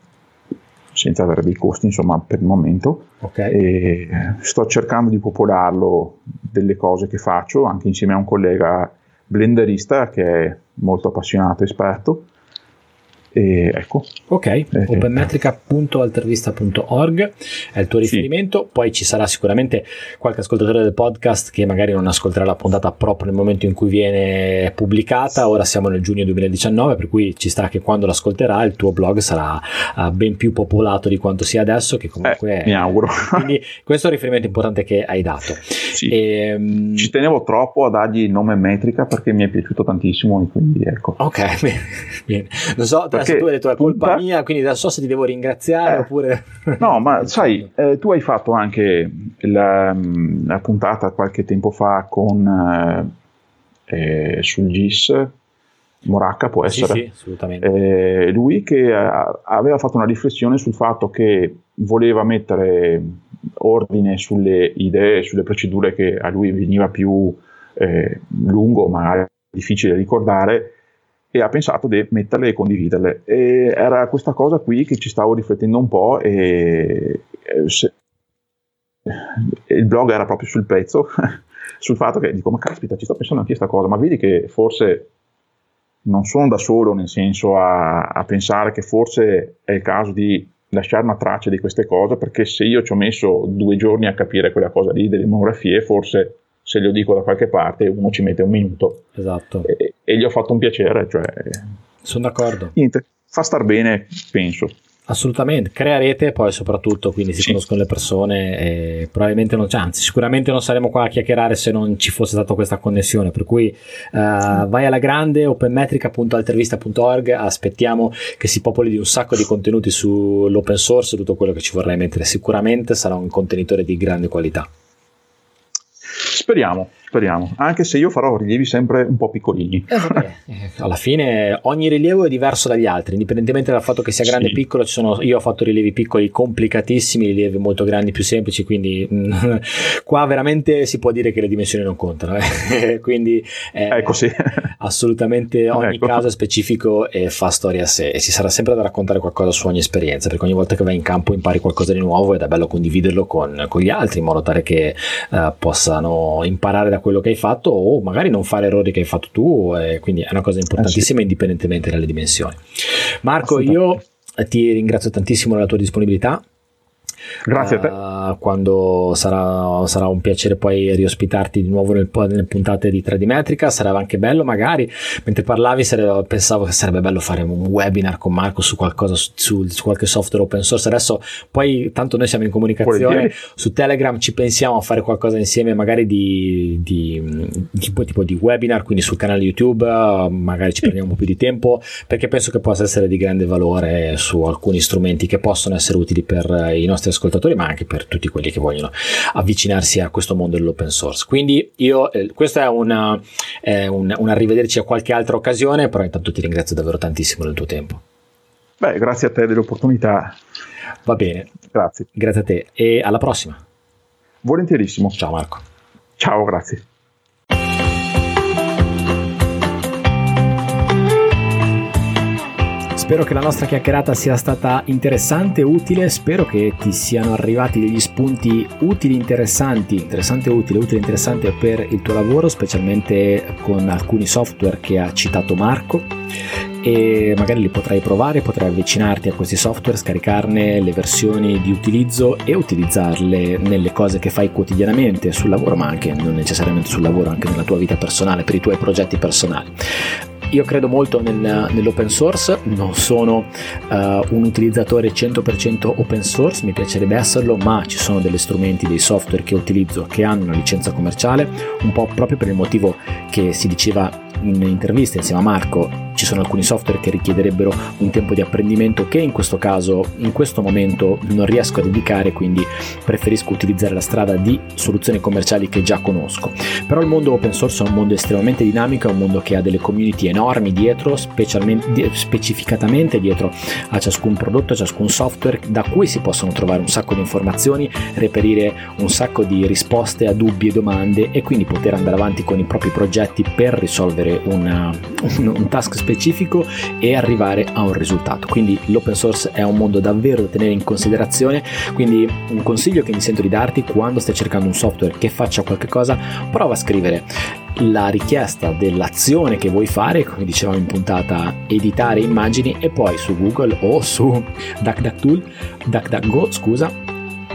senza avere dei costi, insomma, per il momento. Okay. E sto cercando di popolarlo delle cose che faccio, anche insieme a un collega blenderista che è molto appassionato e esperto. E ecco. Ok, eh, openmetrica punto altervista punto org è il tuo riferimento, sì. Poi ci sarà sicuramente qualche ascoltatore del podcast che magari non ascolterà la puntata proprio nel momento in cui viene pubblicata. Ora siamo nel giugno duemiladiciannove, per cui ci sta che quando l'ascolterà il tuo blog sarà uh, ben più popolato di quanto sia adesso, che comunque eh, mi auguro. Quindi questo è un riferimento importante che hai dato. Sì. E, um... ci tenevo troppo a dargli il nome Metrica perché mi è piaciuto tantissimo e quindi ecco. Ok, bene, bene. Non so se tu hai detto è colpa punta... mia, quindi non so se ti devo ringraziare eh, oppure... No, ma sai, eh, tu hai fatto anche la, la puntata qualche tempo fa con eh, sul G I S, Moracca può essere? Sì, sì, assolutamente. Eh, lui che a, aveva fatto una riflessione sul fatto che voleva mettere ordine sulle idee, sulle procedure che a lui veniva più eh, lungo, magari difficile da ricordare, e ha pensato di metterle e condividerle, e era questa cosa qui che ci stavo riflettendo un po', e, e se, il blog era proprio sul pezzo sul fatto che dico, ma caspita, ci sto pensando anche a questa cosa, ma vedi che forse non sono da solo, nel senso a, a pensare che forse è il caso di lasciare una traccia di queste cose, perché se io ci ho messo due giorni a capire quella cosa lì delle monografie, forse se lo dico da qualche parte uno ci mette un minuto. Esatto. E, e gli ho fatto un piacere, cioè sono d'accordo. Niente, fa star bene, penso. Assolutamente, crea rete poi soprattutto, quindi si sì. conoscono le persone e probabilmente non c'è, anzi sicuramente non saremo qua a chiacchierare se non ci fosse stata questa connessione, per cui uh, vai alla grande, openmetrica punto altervista punto org, aspettiamo che si popoli di un sacco di contenuti sull'open source, tutto quello che ci vorrai mettere, sicuramente sarà un contenitore di grande qualità. Speriamo, speriamo, anche se io farò rilievi sempre un po' piccolini. Eh, vabbè, alla fine ogni rilievo è diverso dagli altri, indipendentemente dal fatto che sia grande o sì. piccolo. Ci sono, io ho fatto rilievi piccoli complicatissimi, rilievi molto grandi più semplici, quindi mh, qua veramente si può dire che le dimensioni non contano, eh. Quindi eh, ecco, sì. assolutamente ogni ecco. caso è specifico e fa storia a sé, e ci sarà sempre da raccontare qualcosa su ogni esperienza, perché ogni volta che vai in campo impari qualcosa di nuovo ed è bello condividerlo con, con gli altri, in modo tale che uh, possano imparare da quello che hai fatto o magari non fare errori che hai fatto tu, e quindi è una cosa importantissima, eh sì. indipendentemente dalle dimensioni. Marco, io ti ringrazio tantissimo della tua disponibilità. Grazie a te. Uh, quando sarà, sarà un piacere poi riospitarti di nuovo nel, nelle puntate di tre D Metrica, sarebbe anche bello, magari mentre parlavi sarebbe, pensavo che sarebbe bello fare un webinar con Marco su qualcosa, su, su qualche software open source. Adesso poi tanto noi siamo in comunicazione su Telegram, ci pensiamo a fare qualcosa insieme, magari di, di, di tipo, tipo di webinar, quindi sul canale YouTube, uh, magari ci prendiamo un po' più di tempo, perché penso che possa essere di grande valore su alcuni strumenti che possono essere utili per uh, i nostri ascoltatori, ma anche per tutti quelli che vogliono avvicinarsi a questo mondo dell'open source. Quindi io eh, questo è una, eh, un, un arrivederci a qualche altra occasione, però intanto ti ringrazio davvero tantissimo del tuo tempo. Beh, grazie a te dell'opportunità. Va bene, grazie. Grazie a te e alla prossima. Volentierissimo. Ciao Marco. Ciao, grazie. Spero che la nostra chiacchierata sia stata interessante e utile, spero che ti siano arrivati degli spunti utili, interessanti, interessante, utile, utile, interessante per il tuo lavoro, specialmente con alcuni software che ha citato Marco. e magari li potrai provare, potrai avvicinarti a questi software, scaricarne le versioni di utilizzo e utilizzarle nelle cose che fai quotidianamente sul lavoro, ma anche non necessariamente sul lavoro, anche nella tua vita personale, per i tuoi progetti personali. Io credo molto nel, nell'open source, non sono uh, un utilizzatore cento per cento open source, mi piacerebbe esserlo, ma ci sono degli strumenti, dei software che utilizzo che hanno una licenza commerciale, un po' proprio per il motivo che si diceva in intervista insieme a Marco. Ci sono alcuni software che richiederebbero un tempo di apprendimento che in questo caso, in questo momento, non riesco a dedicare, quindi preferisco utilizzare la strada di soluzioni commerciali che già conosco. Però il mondo open source è un mondo estremamente dinamico, è un mondo che ha delle community enormi dietro, specialmente, specificatamente dietro a ciascun prodotto, a ciascun software, da cui si possono trovare un sacco di informazioni, reperire un sacco di risposte a dubbi e domande e quindi poter andare avanti con i propri progetti per risolvere una, un, un task specifico e arrivare a un risultato. Quindi l'open source è un mondo davvero da tenere in considerazione, quindi un consiglio che mi sento di darti: quando stai cercando un software che faccia qualche cosa, prova a scrivere la richiesta dell'azione che vuoi fare, come dicevamo in puntata, editare immagini, e poi su Google o su DuckDuckTool, DuckDuckGo, scusa,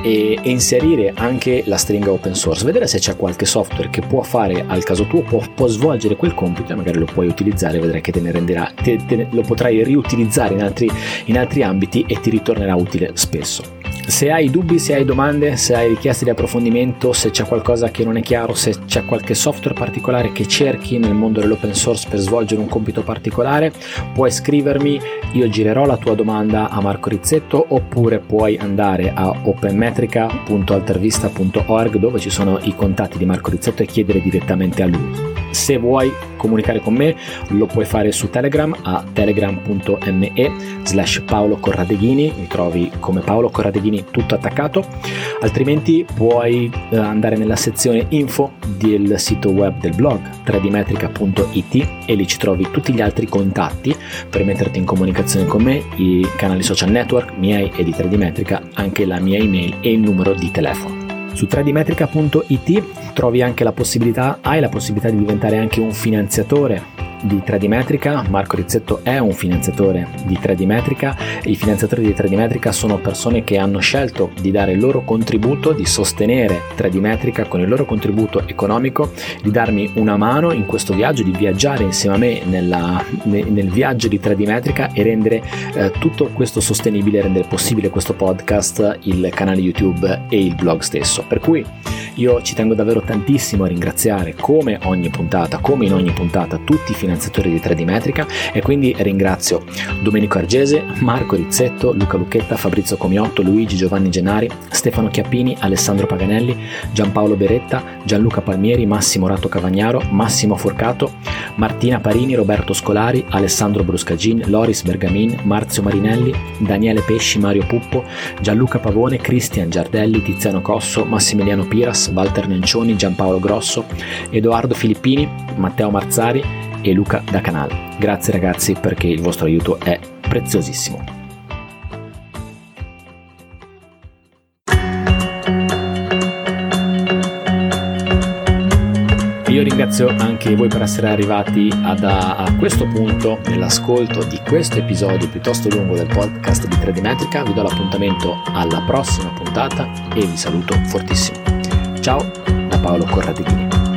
e inserire anche la stringa open source, vedere se c'è qualche software che può fare al caso tuo, può, può svolgere quel compito e magari lo puoi utilizzare, vedrai che te ne renderà, te, te, lo potrai riutilizzare in altri, in altri ambiti e ti ritornerà utile spesso. Se hai dubbi, se hai domande, se hai richieste di approfondimento, se c'è qualcosa che non è chiaro, se c'è qualche software particolare che cerchi nel mondo dell'open source per svolgere un compito particolare, puoi scrivermi, io girerò la tua domanda a Marco Rizzetto, oppure puoi andare a openmetrica punto altervista punto org dove ci sono i contatti di Marco Rizzetto e chiedere direttamente a lui. Se vuoi comunicare con me lo puoi fare su Telegram a telegram punto me slash Paolo Corradeghini, mi trovi come Paolo Corradeghini tutto attaccato, altrimenti puoi andare nella sezione info del sito web del blog tre d metrica punto it e lì ci trovi tutti gli altri contatti per metterti in comunicazione con me, i canali social network miei e di tre D Metrica, anche la mia email e il numero di telefono. Su tre d metrica punto it trovi anche la possibilità, hai la possibilità di diventare anche un finanziatore di tre D Metrica. Marco Rizzetto è un finanziatore di tre D Metrica. I finanziatori di tre D Metrica sono persone che hanno scelto di dare il loro contributo, di sostenere tre D Metrica con il loro contributo economico, di darmi una mano in questo viaggio, di viaggiare insieme a me nella, nel viaggio di tre D Metrica e rendere eh, tutto questo sostenibile, rendere possibile questo podcast, il canale YouTube e il blog stesso. Per cui io ci tengo davvero tantissimo a ringraziare, come ogni puntata, come in ogni puntata, tutti i finanziatori di tre D Metrica, e quindi ringrazio Domenico Argese, Marco Rizzetto, Luca Lucchetta, Fabrizio Comiotto, Luigi Giovanni Gennari, Stefano Chiappini, Alessandro Paganelli, Giampaolo Beretta, Gianluca Palmieri, Massimo Rato Cavagnaro, Massimo Forcato, Martina Parini, Roberto Scolari, Alessandro Bruscagin, Loris Bergamin, Marzio Marinelli, Daniele Pesci, Mario Puppo, Gianluca Pavone, Cristian Giardelli, Tiziano Cosso, Massimiliano Piras, Walter Nencioni, Giampaolo Grosso, Edoardo Filippini, Matteo Marzari e Luca da Canal. Grazie ragazzi, perché il vostro aiuto è preziosissimo. Io ringrazio anche voi per essere arrivati ad, a, a questo punto nell'ascolto di questo episodio piuttosto lungo del podcast di tre D Metrica. Vi do l'appuntamento alla prossima puntata e vi saluto fortissimo. Ciao da Paolo Corradeghini.